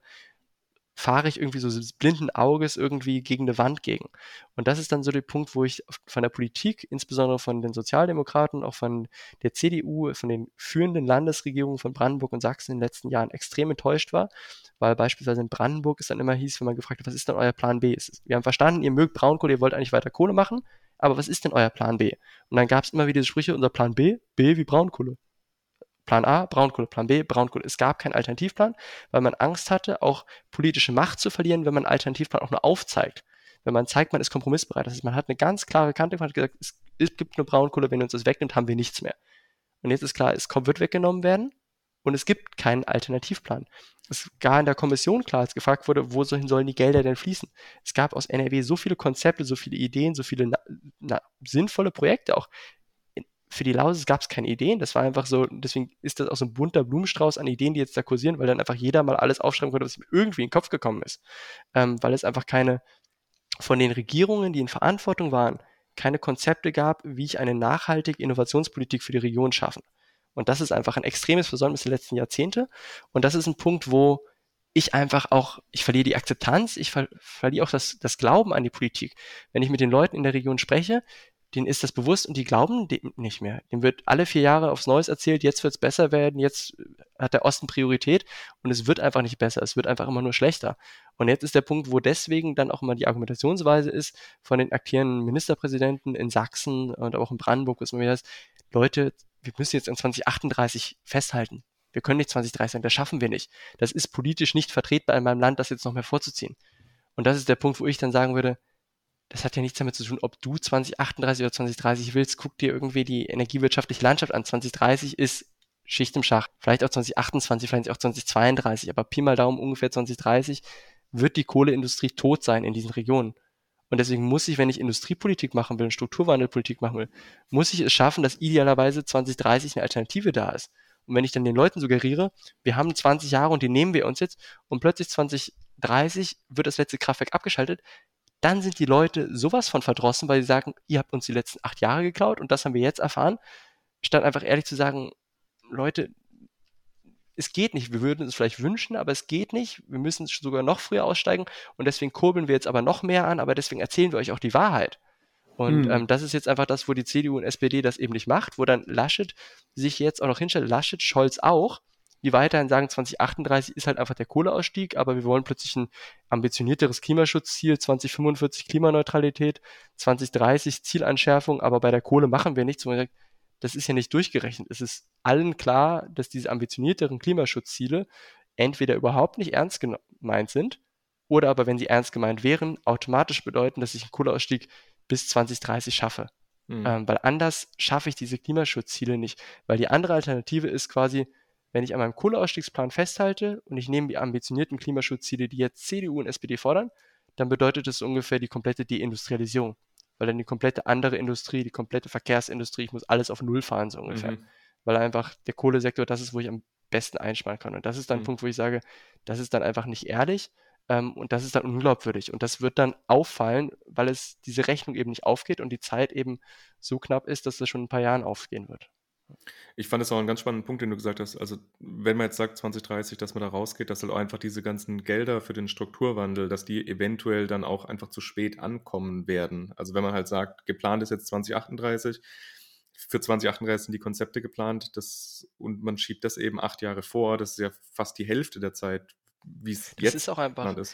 fahre ich irgendwie so des blinden Auges irgendwie gegen eine Wand gegen. Und das ist dann so der Punkt, wo ich von der Politik, insbesondere von den Sozialdemokraten, auch von der CDU, von den führenden Landesregierungen von Brandenburg und Sachsen in den letzten Jahren extrem enttäuscht war, weil beispielsweise in Brandenburg es dann immer hieß, wenn man gefragt hat, was ist denn euer Plan B? Wir haben verstanden, ihr mögt Braunkohle, ihr wollt eigentlich weiter Kohle machen, aber was ist denn euer Plan B? Und dann gab es immer wieder diese Sprüche, unser Plan B wie Braunkohle. Plan A, Braunkohle, Plan B, Braunkohle. Es gab keinen Alternativplan, weil man Angst hatte, auch politische Macht zu verlieren, wenn man einen Alternativplan auch nur aufzeigt. Wenn man zeigt, man ist kompromissbereit. Das heißt, man hat eine ganz klare Kante, man hat gesagt, es gibt nur Braunkohle, wenn uns das wegnimmt, haben wir nichts mehr. Und jetzt ist klar, es wird weggenommen werden und es gibt keinen Alternativplan. Es gar in der Kommission klar, als gefragt wurde, wohin sollen die Gelder denn fließen. Es gab aus NRW so viele Konzepte, so viele Ideen, so viele sinnvolle Projekte auch. Für die Lausitz gab es keine Ideen, das war einfach so, deswegen ist das auch so ein bunter Blumenstrauß an Ideen, die jetzt da kursieren, weil dann einfach jeder mal alles aufschreiben konnte, was ihm irgendwie in den Kopf gekommen ist. Weil es einfach keine, von den Regierungen, die in Verantwortung waren, keine Konzepte gab, wie ich eine nachhaltige Innovationspolitik für die Region schaffen. Und das ist einfach ein extremes Versäumnis der letzten Jahrzehnte. Und das ist ein Punkt, wo ich einfach auch, ich verliere die Akzeptanz, ich verliere auch das Glauben an die Politik. Wenn ich mit den Leuten in der Region spreche, denen ist das bewusst und die glauben dem nicht mehr. Dem wird alle 4 Jahre aufs Neues erzählt, jetzt wird es besser werden, jetzt hat der Osten Priorität und es wird einfach nicht besser, es wird einfach immer nur schlechter. Und jetzt ist der Punkt, wo deswegen dann auch immer die Argumentationsweise ist von den aktierenden Ministerpräsidenten in Sachsen und auch in Brandenburg, was man wieder heißt, Leute, wir müssen jetzt an 2038 festhalten. Wir können nicht 2030 sein, das schaffen wir nicht. Das ist politisch nicht vertretbar in meinem Land, das jetzt noch mehr vorzuziehen. Und das ist der Punkt, wo ich dann sagen würde, das hat ja nichts damit zu tun, ob du 2038 oder 2030 willst. Guck dir irgendwie die energiewirtschaftliche Landschaft an. 2030 ist Schicht im Schacht. Vielleicht auch 2028, vielleicht auch 2032. Aber Pi mal Daumen ungefähr 2030 wird die Kohleindustrie tot sein in diesen Regionen. Und deswegen muss ich, wenn ich Industriepolitik machen will, Strukturwandelpolitik machen will, muss ich es schaffen, dass idealerweise 2030 eine Alternative da ist. Und wenn ich dann den Leuten suggeriere, wir haben 20 Jahre und die nehmen wir uns jetzt und plötzlich 2030 wird das letzte Kraftwerk abgeschaltet, dann sind die Leute sowas von verdrossen, weil sie sagen, ihr habt uns die letzten 8 Jahre geklaut und das haben wir jetzt erfahren, statt einfach ehrlich zu sagen, Leute, es geht nicht, wir würden es vielleicht wünschen, aber es geht nicht, wir müssen sogar noch früher aussteigen und deswegen kurbeln wir jetzt aber noch mehr an, aber deswegen erzählen wir euch auch die Wahrheit. Und das ist jetzt einfach das, wo die CDU und SPD das eben nicht macht, wo dann Laschet sich jetzt auch noch hinstellt, Laschet, Scholz auch, die weiterhin sagen, 2038 ist halt einfach der Kohleausstieg, aber wir wollen plötzlich ein ambitionierteres Klimaschutzziel, 2045 Klimaneutralität, 2030 Zielanschärfung, aber bei der Kohle machen wir nichts. Und man sagt, das ist ja nicht durchgerechnet. Es ist allen klar, dass diese ambitionierteren Klimaschutzziele entweder überhaupt nicht ernst gemeint sind oder aber, wenn sie ernst gemeint wären, automatisch bedeuten, dass ich einen Kohleausstieg bis 2030 schaffe. Weil anders schaffe ich diese Klimaschutzziele nicht. Weil die andere Alternative ist quasi, wenn ich an meinem Kohleausstiegsplan festhalte und ich nehme die ambitionierten Klimaschutzziele, die jetzt CDU und SPD fordern, dann bedeutet das ungefähr die komplette Deindustrialisierung. Weil dann die komplette andere Industrie, die komplette Verkehrsindustrie, ich muss alles auf Null fahren, so ungefähr. Weil einfach der Kohlesektor das ist, wo ich am besten einsparen kann. Und das ist dann ein Punkt, wo ich sage, das ist dann einfach nicht ehrlich und das ist dann unglaubwürdig. Und das wird dann auffallen, weil es diese Rechnung eben nicht aufgeht und die Zeit eben so knapp ist, dass das schon in ein paar Jahren aufgehen wird. Ich fand es auch einen ganz spannenden Punkt, den du gesagt hast. Also, wenn man jetzt sagt 2030, dass man da rausgeht, dass halt auch einfach diese ganzen Gelder für den Strukturwandel, dass die eventuell dann auch einfach zu spät ankommen werden. Also, wenn man halt sagt, geplant ist jetzt 2038, für 2038 sind die Konzepte geplant und man schiebt das eben 8 Jahre vor, das ist ja fast die Hälfte der Zeit, wie es Das jetzt ist auch einfach, geplant ist.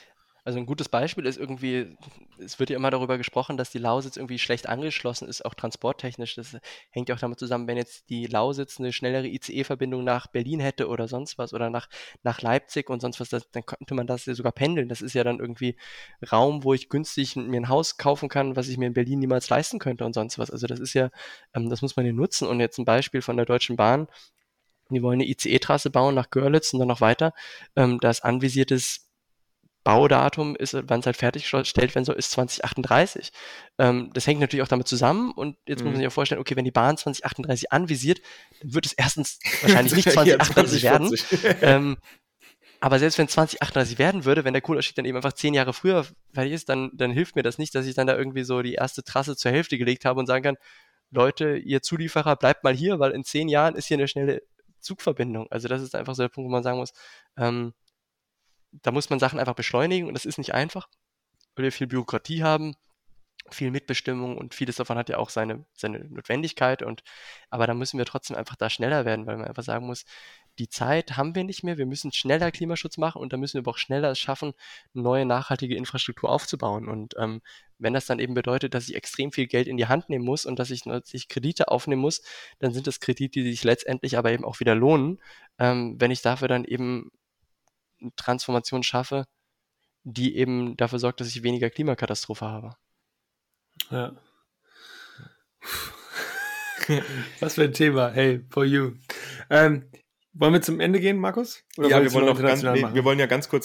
Also ein gutes Beispiel ist irgendwie, es wird ja immer darüber gesprochen, dass die Lausitz irgendwie schlecht angeschlossen ist, auch transporttechnisch. Das hängt ja auch damit zusammen, wenn jetzt die Lausitz eine schnellere ICE-Verbindung nach Berlin hätte oder sonst was oder nach Leipzig und sonst was, dann könnte man das ja sogar pendeln. Das ist ja dann irgendwie Raum, wo ich günstig mir ein Haus kaufen kann, was ich mir in Berlin niemals leisten könnte und sonst was. Also das ist ja, das muss man ja nutzen. Und jetzt ein Beispiel von der Deutschen Bahn. Die wollen eine ICE-Trasse bauen nach Görlitz und dann noch weiter. Das anvisiertes Baudatum ist, wann es halt fertiggestellt werden soll, ist 2038. Das hängt natürlich auch damit zusammen und jetzt muss man sich auch vorstellen, okay, wenn die Bahn 2038 anvisiert, dann wird es erstens wahrscheinlich nicht 2038 werden. Aber selbst wenn 2038 werden würde, wenn der Kohleausstieg dann eben einfach 10 Jahre früher fertig ist, dann hilft mir das nicht, dass ich dann da irgendwie so die erste Trasse zur Hälfte gelegt habe und sagen kann, Leute, ihr Zulieferer, bleibt mal hier, weil in 10 Jahren ist hier eine schnelle Zugverbindung. Also das ist einfach so der Punkt, wo man sagen muss, da muss man Sachen einfach beschleunigen und das ist nicht einfach, weil wir viel Bürokratie haben, viel Mitbestimmung und vieles davon hat ja auch seine Notwendigkeit aber da müssen wir trotzdem einfach da schneller werden, weil man einfach sagen muss, die Zeit haben wir nicht mehr, wir müssen schneller Klimaschutz machen und da müssen wir aber auch schneller es schaffen, neue nachhaltige Infrastruktur aufzubauen und wenn das dann eben bedeutet, dass ich extrem viel Geld in die Hand nehmen muss und dass ich Kredite aufnehmen muss, dann sind das Kredite, die sich letztendlich aber eben auch wieder lohnen, wenn ich dafür dann eben eine Transformation schaffe, die eben dafür sorgt, dass ich weniger Klimakatastrophe habe. Ja. Was für ein Thema. Hey, for you. Wollen wir zum Ende gehen, Markus? Oder ja, wir wollen noch ganz kurz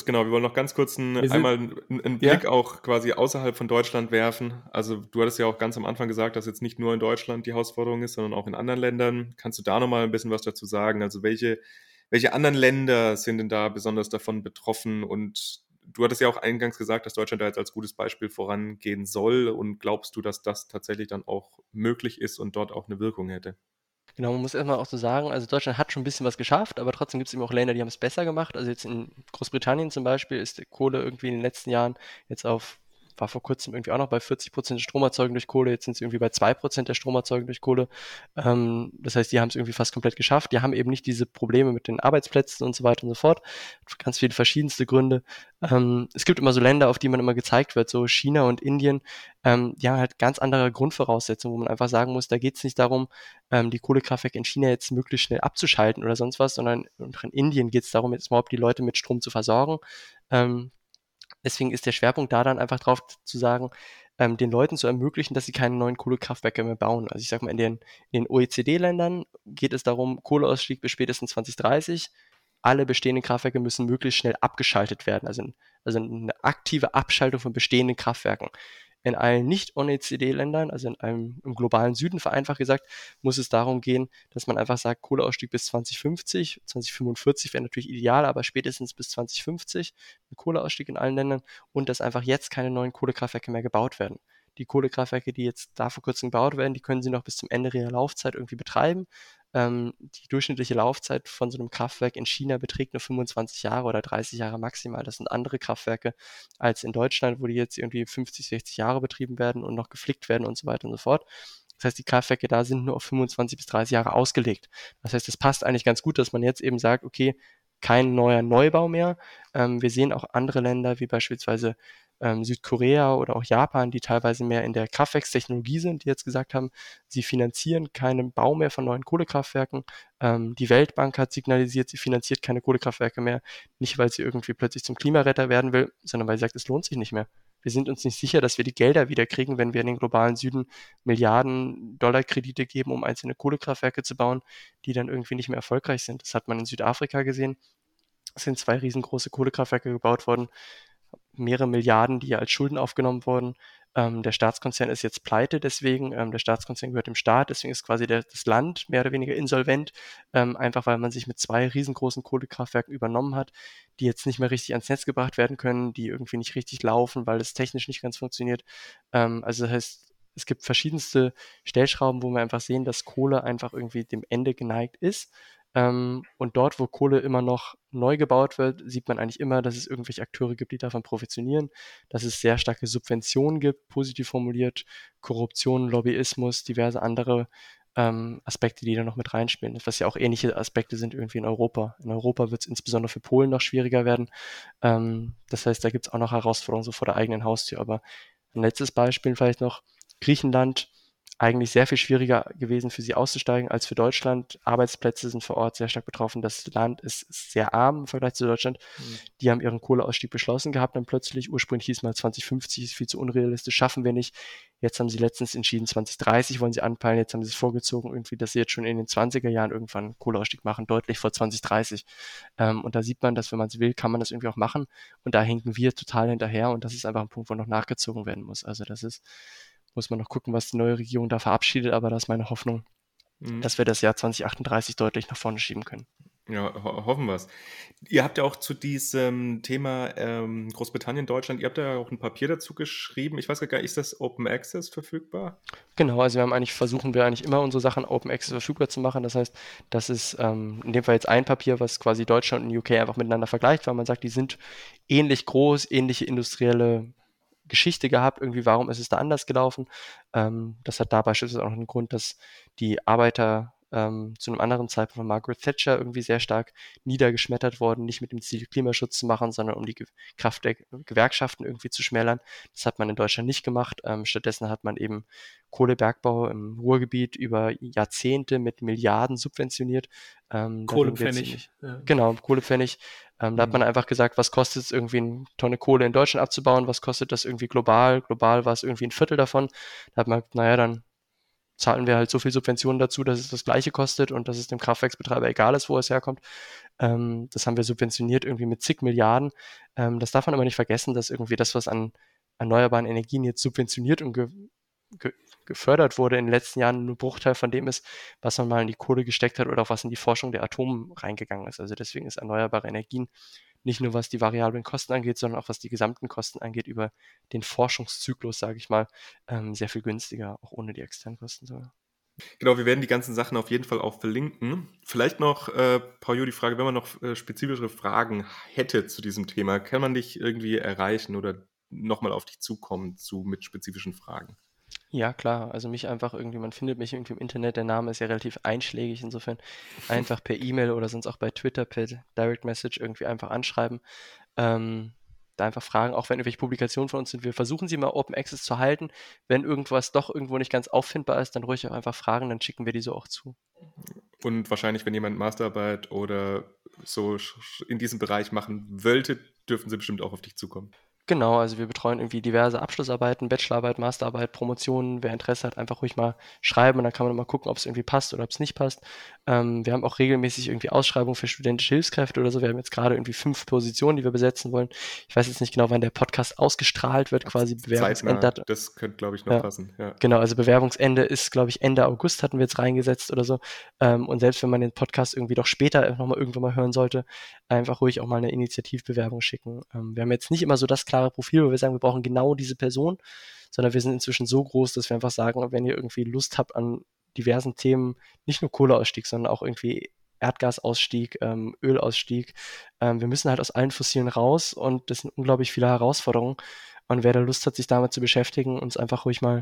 einmal einen Blick auch quasi außerhalb von Deutschland werfen. Also du hattest ja auch ganz am Anfang gesagt, dass jetzt nicht nur in Deutschland die Herausforderung ist, sondern auch in anderen Ländern. Kannst du da nochmal ein bisschen was dazu sagen? Also welche anderen Länder sind denn da besonders davon betroffen? Und du hattest ja auch eingangs gesagt, dass Deutschland da jetzt als gutes Beispiel vorangehen soll. Und glaubst du, dass das tatsächlich dann auch möglich ist und dort auch eine Wirkung hätte? Genau, man muss erstmal auch so sagen, also Deutschland hat schon ein bisschen was geschafft, aber trotzdem gibt es eben auch Länder, die haben es besser gemacht. Also jetzt in Großbritannien zum Beispiel ist die Kohle irgendwie in den letzten Jahren jetzt war vor kurzem irgendwie auch noch bei 40% der Stromerzeugung durch Kohle, jetzt sind sie irgendwie bei 2% der Stromerzeugung durch Kohle. Das heißt, die haben es irgendwie fast komplett geschafft. Die haben eben nicht diese Probleme mit den Arbeitsplätzen und so weiter und so fort. Ganz viele verschiedenste Gründe. Es gibt immer so Länder, auf die man immer gezeigt wird, so China und Indien, die haben halt ganz andere Grundvoraussetzungen, wo man einfach sagen muss, da geht es nicht darum, die Kohlekraftwerke in China jetzt möglichst schnell abzuschalten oder sonst was, sondern in Indien geht es darum, jetzt überhaupt die Leute mit Strom zu versorgen. Deswegen ist der Schwerpunkt da dann einfach drauf zu sagen, den Leuten zu ermöglichen, dass sie keine neuen Kohlekraftwerke mehr bauen. Also ich sag mal, in den OECD-Ländern geht es darum, Kohleausstieg bis spätestens 2030. Alle bestehenden Kraftwerke müssen möglichst schnell abgeschaltet werden. Also eine aktive Abschaltung von bestehenden Kraftwerken. In allen Nicht-OECD-Ländern, also im globalen Süden vereinfacht gesagt, muss es darum gehen, dass man einfach sagt, Kohleausstieg bis 2050, 2045 wäre natürlich ideal, aber spätestens bis 2050 ein Kohleausstieg in allen Ländern und dass einfach jetzt keine neuen Kohlekraftwerke mehr gebaut werden. Die Kohlekraftwerke, die jetzt da vor kurzem gebaut werden, die können sie noch bis zum Ende ihrer Laufzeit irgendwie betreiben. Die durchschnittliche Laufzeit von so einem Kraftwerk in China beträgt nur 25 Jahre oder 30 Jahre maximal. Das sind andere Kraftwerke als in Deutschland, wo die jetzt irgendwie 50, 60 Jahre betrieben werden und noch geflickt werden und so weiter und so fort. Das heißt, die Kraftwerke da sind nur auf 25 bis 30 Jahre ausgelegt. Das heißt, es passt eigentlich ganz gut, dass man jetzt eben sagt, okay, kein neuer Neubau mehr. Wir sehen auch andere Länder, wie beispielsweise Südkorea oder auch Japan, die teilweise mehr in der Kraftwerkstechnologie sind, die jetzt gesagt haben, sie finanzieren keinen Bau mehr von neuen Kohlekraftwerken. Die Weltbank hat signalisiert, sie finanziert keine Kohlekraftwerke mehr, nicht weil sie irgendwie plötzlich zum Klimaretter werden will, sondern weil sie sagt, es lohnt sich nicht mehr. Wir sind uns nicht sicher, dass wir die Gelder wieder kriegen, wenn wir in den globalen Süden Milliarden Dollar Kredite geben, um einzelne Kohlekraftwerke zu bauen, die dann irgendwie nicht mehr erfolgreich sind. Das hat man in Südafrika gesehen. Es sind 2 riesengroße Kohlekraftwerke gebaut worden, mehrere Milliarden, die als Schulden aufgenommen wurden. Der Staatskonzern ist jetzt pleite deswegen. Der Staatskonzern gehört dem Staat, deswegen ist quasi das Land mehr oder weniger insolvent, einfach weil man sich mit 2 riesengroßen Kohlekraftwerken übernommen hat, die jetzt nicht mehr richtig ans Netz gebracht werden können, die irgendwie nicht richtig laufen, weil es technisch nicht ganz funktioniert. Also das heißt, es gibt verschiedenste Stellschrauben, wo wir einfach sehen, dass Kohle einfach irgendwie dem Ende geneigt ist. Und dort, wo Kohle immer noch neu gebaut wird, sieht man eigentlich immer, dass es irgendwelche Akteure gibt, die davon profitionieren, dass es sehr starke Subventionen gibt, positiv formuliert, Korruption, Lobbyismus, diverse andere Aspekte, die da noch mit reinspielen, was ja auch ähnliche Aspekte sind irgendwie in Europa. In Europa wird es insbesondere für Polen noch schwieriger werden. Das heißt, da gibt es auch noch Herausforderungen so vor der eigenen Haustür. Aber ein letztes Beispiel vielleicht noch, Griechenland, eigentlich sehr viel schwieriger gewesen für sie auszusteigen als für Deutschland. Arbeitsplätze sind vor Ort sehr stark betroffen. Das Land ist sehr arm im Vergleich zu Deutschland. Die haben ihren Kohleausstieg beschlossen gehabt dann plötzlich. Ursprünglich hieß mal 2050 ist viel zu unrealistisch, schaffen wir nicht. Jetzt haben sie letztens entschieden, 2030 wollen sie anpeilen. Jetzt haben sie es vorgezogen, irgendwie, dass sie jetzt schon in den 20er Jahren irgendwann Kohleausstieg machen, deutlich vor 2030. Und da sieht man, dass wenn man es will, kann man das irgendwie auch machen. Und da hinken wir total hinterher. Und das ist einfach ein Punkt, wo noch nachgezogen werden muss. Also muss man noch gucken, was die neue Regierung da verabschiedet, aber das ist meine Hoffnung, dass wir das Jahr 2038 deutlich nach vorne schieben können. Ja, hoffen wir es. Ihr habt ja auch zu diesem Thema Großbritannien, Deutschland, ihr habt ja auch ein Papier dazu geschrieben. Ich weiß gar nicht, ist das Open Access verfügbar? Genau, also versuchen wir eigentlich immer unsere Sachen Open Access verfügbar zu machen. Das heißt, das ist in dem Fall jetzt ein Papier, was quasi Deutschland und UK einfach miteinander vergleicht, weil man sagt, die sind ähnlich groß, ähnliche industrielle Geschichte gehabt, irgendwie, warum ist es da anders gelaufen? Das hat da beispielsweise auch noch einen Grund, dass die Arbeiter zu einem anderen Zeitpunkt von Margaret Thatcher irgendwie sehr stark niedergeschmettert worden, nicht mit dem Ziel, Klimaschutz zu machen, sondern um die Kraft der Gewerkschaften irgendwie zu schmälern. Das hat man in Deutschland nicht gemacht. Stattdessen hat man eben Kohlebergbau im Ruhrgebiet über Jahrzehnte mit Milliarden subventioniert. Kohlepfennig. Genau, Kohlepfennig. Da hat man einfach gesagt, was kostet es irgendwie eine Tonne Kohle in Deutschland abzubauen, was kostet das irgendwie global? Global war es irgendwie ein Viertel davon. Da hat man gesagt, naja, dann zahlen wir halt so viel Subventionen dazu, dass es das Gleiche kostet und dass es dem Kraftwerksbetreiber egal ist, wo es herkommt. Das haben wir subventioniert irgendwie mit zig Milliarden. Das darf man aber nicht vergessen, dass irgendwie das, was an erneuerbaren Energien jetzt subventioniert und gefördert wurde in den letzten Jahren, nur ein Bruchteil von dem ist, was man mal in die Kohle gesteckt hat oder auch was in die Forschung der Atomen reingegangen ist. Also deswegen ist erneuerbare Energien nicht nur was die variablen Kosten angeht, sondern auch was die gesamten Kosten angeht über den Forschungszyklus, sage ich mal, sehr viel günstiger, auch ohne die externen Kosten sogar. Genau, wir werden die ganzen Sachen auf jeden Fall auch verlinken. Vielleicht noch, Paul, die Frage, wenn man noch spezifischere Fragen hätte zu diesem Thema, kann man dich irgendwie erreichen oder nochmal auf dich zukommen mit spezifischen Fragen? Ja, klar. Also man findet mich irgendwie im Internet, der Name ist ja relativ einschlägig, insofern einfach per E-Mail oder sonst auch bei Twitter per Direct Message irgendwie einfach anschreiben. Da einfach fragen, auch wenn irgendwelche Publikationen von uns sind. Wir versuchen sie mal Open Access zu halten. Wenn irgendwas doch irgendwo nicht ganz auffindbar ist, dann ruhig auch einfach fragen, dann schicken wir die so auch zu. Und wahrscheinlich, wenn jemand Masterarbeit oder so in diesem Bereich machen wollte, dürfen sie bestimmt auch auf dich zukommen. Genau, also wir betreuen irgendwie diverse Abschlussarbeiten, Bachelorarbeit, Masterarbeit, Promotionen. Wer Interesse hat, einfach ruhig mal schreiben und dann kann man mal gucken, ob es irgendwie passt oder ob es nicht passt. Wir haben auch regelmäßig irgendwie Ausschreibungen für studentische Hilfskräfte oder so. Wir haben jetzt gerade irgendwie 5 Positionen, die wir besetzen wollen. Ich weiß jetzt nicht genau, wann der Podcast ausgestrahlt wird, quasi Bewerbungsende. Das könnte, glaube ich, noch passen. Ja. Genau, also Bewerbungsende ist, glaube ich, Ende August hatten wir jetzt reingesetzt oder so. Und selbst wenn man den Podcast irgendwie doch später nochmal irgendwann mal hören sollte, einfach ruhig auch mal eine Initiativbewerbung schicken. Wir haben jetzt nicht immer so das klare Profil, wo wir sagen, wir brauchen genau diese Person, sondern wir sind inzwischen so groß, dass wir einfach sagen, wenn ihr irgendwie Lust habt an diversen Themen, nicht nur Kohleausstieg, sondern auch irgendwie Erdgasausstieg, Ölausstieg. Wir müssen halt aus allen Fossilen raus und das sind unglaublich viele Herausforderungen. Und wer da Lust hat, sich damit zu beschäftigen, uns einfach ruhig mal,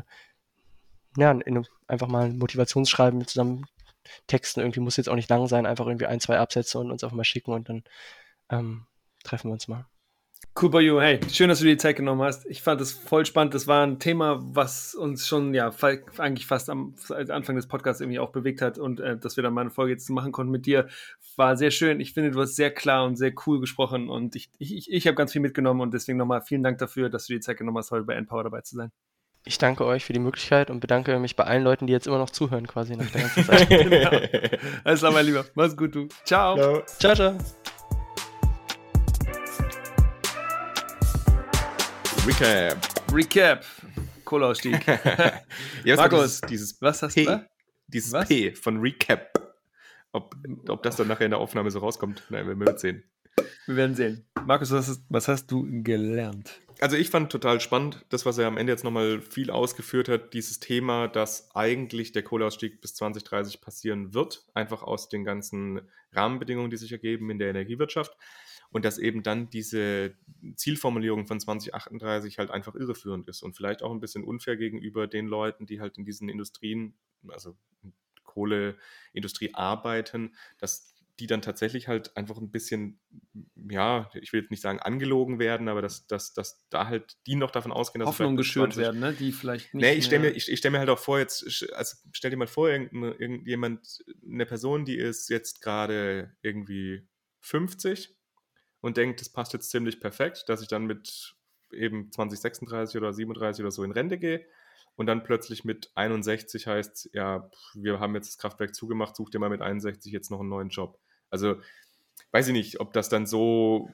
einfach mal ein Motivationsschreiben mit zusammen texten, irgendwie muss jetzt auch nicht lang sein, einfach irgendwie 1, 2 Absätze und uns einfach mal schicken und dann treffen wir uns mal. Cool bei you. Hey, schön, dass du dir die Zeit genommen hast. Ich fand das voll spannend. Das war ein Thema, was uns schon eigentlich fast am Anfang des Podcasts irgendwie auch bewegt hat und dass wir dann mal eine Folge jetzt machen konnten mit dir, war sehr schön. Ich finde, du hast sehr klar und sehr cool gesprochen und ich habe ganz viel mitgenommen und deswegen nochmal vielen Dank dafür, dass du dir die Zeit genommen hast, heute bei Empower dabei zu sein. Ich danke euch für die Möglichkeit und bedanke mich bei allen Leuten, die jetzt immer noch zuhören, quasi nach der ganzen Zeit. Genau. Alles klar, mein Lieber. Mach's gut, du. Ciao. Ciao, ciao. Recap. Kohleausstieg. Markus, was hast du? Dieses P von Recap. Ob das dann nachher in der Aufnahme so rauskommt, nein, wir werden sehen. Wir werden sehen. Markus, was hast du gelernt? Also ich fand total spannend, das, was er am Ende jetzt nochmal viel ausgeführt hat, dieses Thema, dass eigentlich der Kohleausstieg bis 2030 passieren wird, einfach aus den ganzen Rahmenbedingungen, die sich ergeben in der Energiewirtschaft. Und dass eben dann diese Zielformulierung von 2038 halt einfach irreführend ist und vielleicht auch ein bisschen unfair gegenüber den Leuten, die halt in diesen Industrien, also Kohleindustrie arbeiten, dass die dann tatsächlich halt einfach ein bisschen, ja, ich will jetzt nicht sagen angelogen werden, aber dass da halt die noch davon ausgehen, dass Hoffnung geschürt werden, ne? Die vielleicht nicht ich stell mir halt auch vor, jetzt, also stell dir mal vor, irgendjemand, eine Person, die ist jetzt gerade irgendwie 50 und denkt, das passt jetzt ziemlich perfekt, dass ich dann mit eben 2036 oder 37 oder so in Rente gehe und dann plötzlich mit 61 heißt, ja, wir haben jetzt das Kraftwerk zugemacht, such dir mal mit 61 jetzt noch einen neuen Job. Also weiß ich nicht, ob das dann so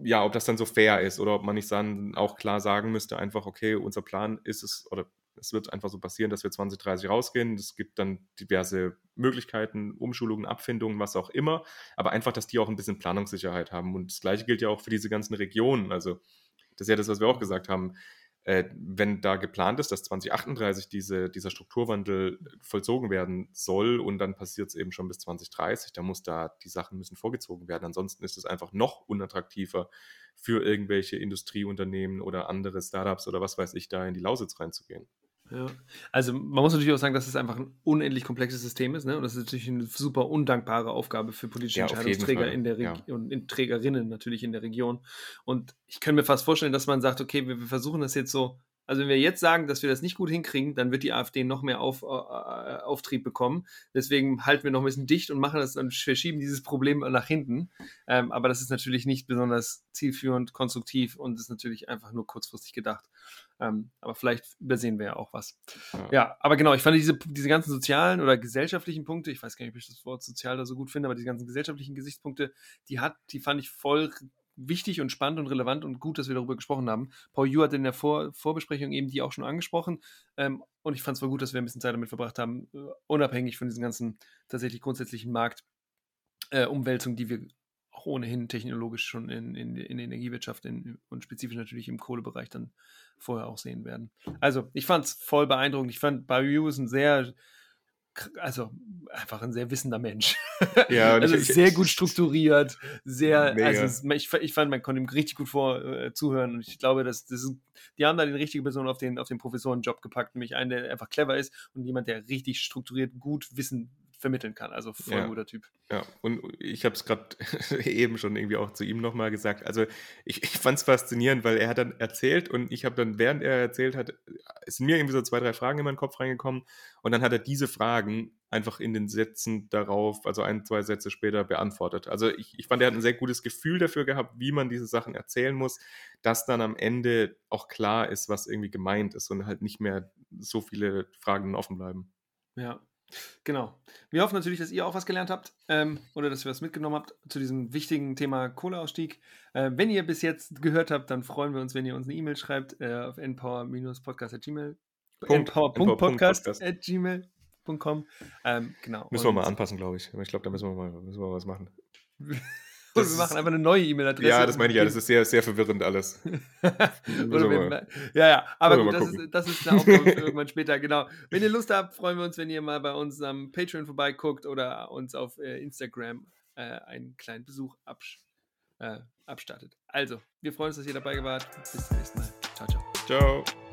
fair ist oder ob man nicht dann auch klar sagen müsste, einfach, okay, unser Plan ist es, oder es wird einfach so passieren, dass wir 2030 rausgehen. Es gibt dann diverse Möglichkeiten, Umschulungen, Abfindungen, was auch immer, aber einfach, dass die auch ein bisschen Planungssicherheit haben. Und das Gleiche gilt ja auch für diese ganzen Regionen. Also das ist ja das, was wir auch gesagt haben. Wenn da geplant ist, dass 2038 dieser Strukturwandel vollzogen werden soll und dann passiert es eben schon bis 2030, die Sachen müssen vorgezogen werden. Ansonsten ist es einfach noch unattraktiver für irgendwelche Industrieunternehmen oder andere Startups oder was weiß ich, da in die Lausitz reinzugehen. Ja, also man muss natürlich auch sagen, dass es einfach ein unendlich komplexes System ist, ne? Und das ist natürlich eine super undankbare Aufgabe für politische Entscheidungsträger in der Region und Trägerinnen natürlich in der Region. Und ich kann mir fast vorstellen, dass man sagt, okay, wir versuchen das jetzt so. Also wenn wir jetzt sagen, dass wir das nicht gut hinkriegen, dann wird die AfD noch mehr Auftrieb bekommen. Deswegen halten wir noch ein bisschen dicht und machen das dann, verschieben dieses Problem nach hinten. Aber das ist natürlich nicht besonders zielführend, konstruktiv und ist natürlich einfach nur kurzfristig gedacht. Aber vielleicht übersehen wir ja auch was. Ja, aber genau, ich fand diese ganzen sozialen oder gesellschaftlichen Punkte, ich weiß gar nicht, ob ich das Wort sozial da so gut finde, aber diese ganzen gesellschaftlichen Gesichtspunkte, die fand ich voll wichtig und spannend und relevant und gut, dass wir darüber gesprochen haben. Paul Yu hat in der Vorbesprechung eben die auch schon angesprochen und ich fand es voll gut, dass wir ein bisschen Zeit damit verbracht haben, unabhängig von diesen ganzen tatsächlich grundsätzlichen Marktumwälzungen, die wir auch ohnehin technologisch schon in der Energiewirtschaft und spezifisch natürlich im Kohlebereich dann vorher auch sehen werden. Also ich fand es voll beeindruckend. Ich fand, Paul Yu ist einfach ein sehr wissender Mensch. Ja, also sehr gut strukturiert, mega. Ich fand, man konnte ihm richtig gut zuhören und ich glaube, die haben da die richtige Person auf den Professorenjob gepackt, nämlich einen, der einfach clever ist und jemand, der richtig strukturiert gut Wissen vermitteln kann. Also voll guter Typ. Ja, und ich habe es gerade eben schon irgendwie auch zu ihm nochmal gesagt. Also ich fand es faszinierend, weil er hat dann erzählt und ich habe dann, während er erzählt hat, es sind mir irgendwie so 2, 3 Fragen in meinen Kopf reingekommen und dann hat er diese Fragen einfach in den Sätzen darauf, also 1, 2 Sätze später beantwortet. Also ich fand, er hat ein sehr gutes Gefühl dafür gehabt, wie man diese Sachen erzählen muss, dass dann am Ende auch klar ist, was irgendwie gemeint ist und halt nicht mehr so viele Fragen offen bleiben. Ja. Genau. Wir hoffen natürlich, dass ihr auch was gelernt habt oder dass ihr was mitgenommen habt zu diesem wichtigen Thema Kohleausstieg. Wenn ihr bis jetzt gehört habt, dann freuen wir uns, wenn ihr uns eine E-Mail schreibt auf npower-podcast@gmail.com. Genau. Müssen wir mal anpassen, glaube ich. Ich glaube, da müssen wir was machen. Wir machen einfach eine neue E-Mail-Adresse. Ja, das meine ich ja. Das ist sehr, sehr verwirrend alles. Aber gut, das ist eine Aufgabe für irgendwann später. Genau. Wenn ihr Lust habt, freuen wir uns, wenn ihr mal bei uns am Patreon vorbeiguckt oder uns auf Instagram einen kleinen Besuch abstattet. Also, wir freuen uns, dass ihr dabei wart. Bis zum nächsten Mal. Ciao, ciao. Ciao.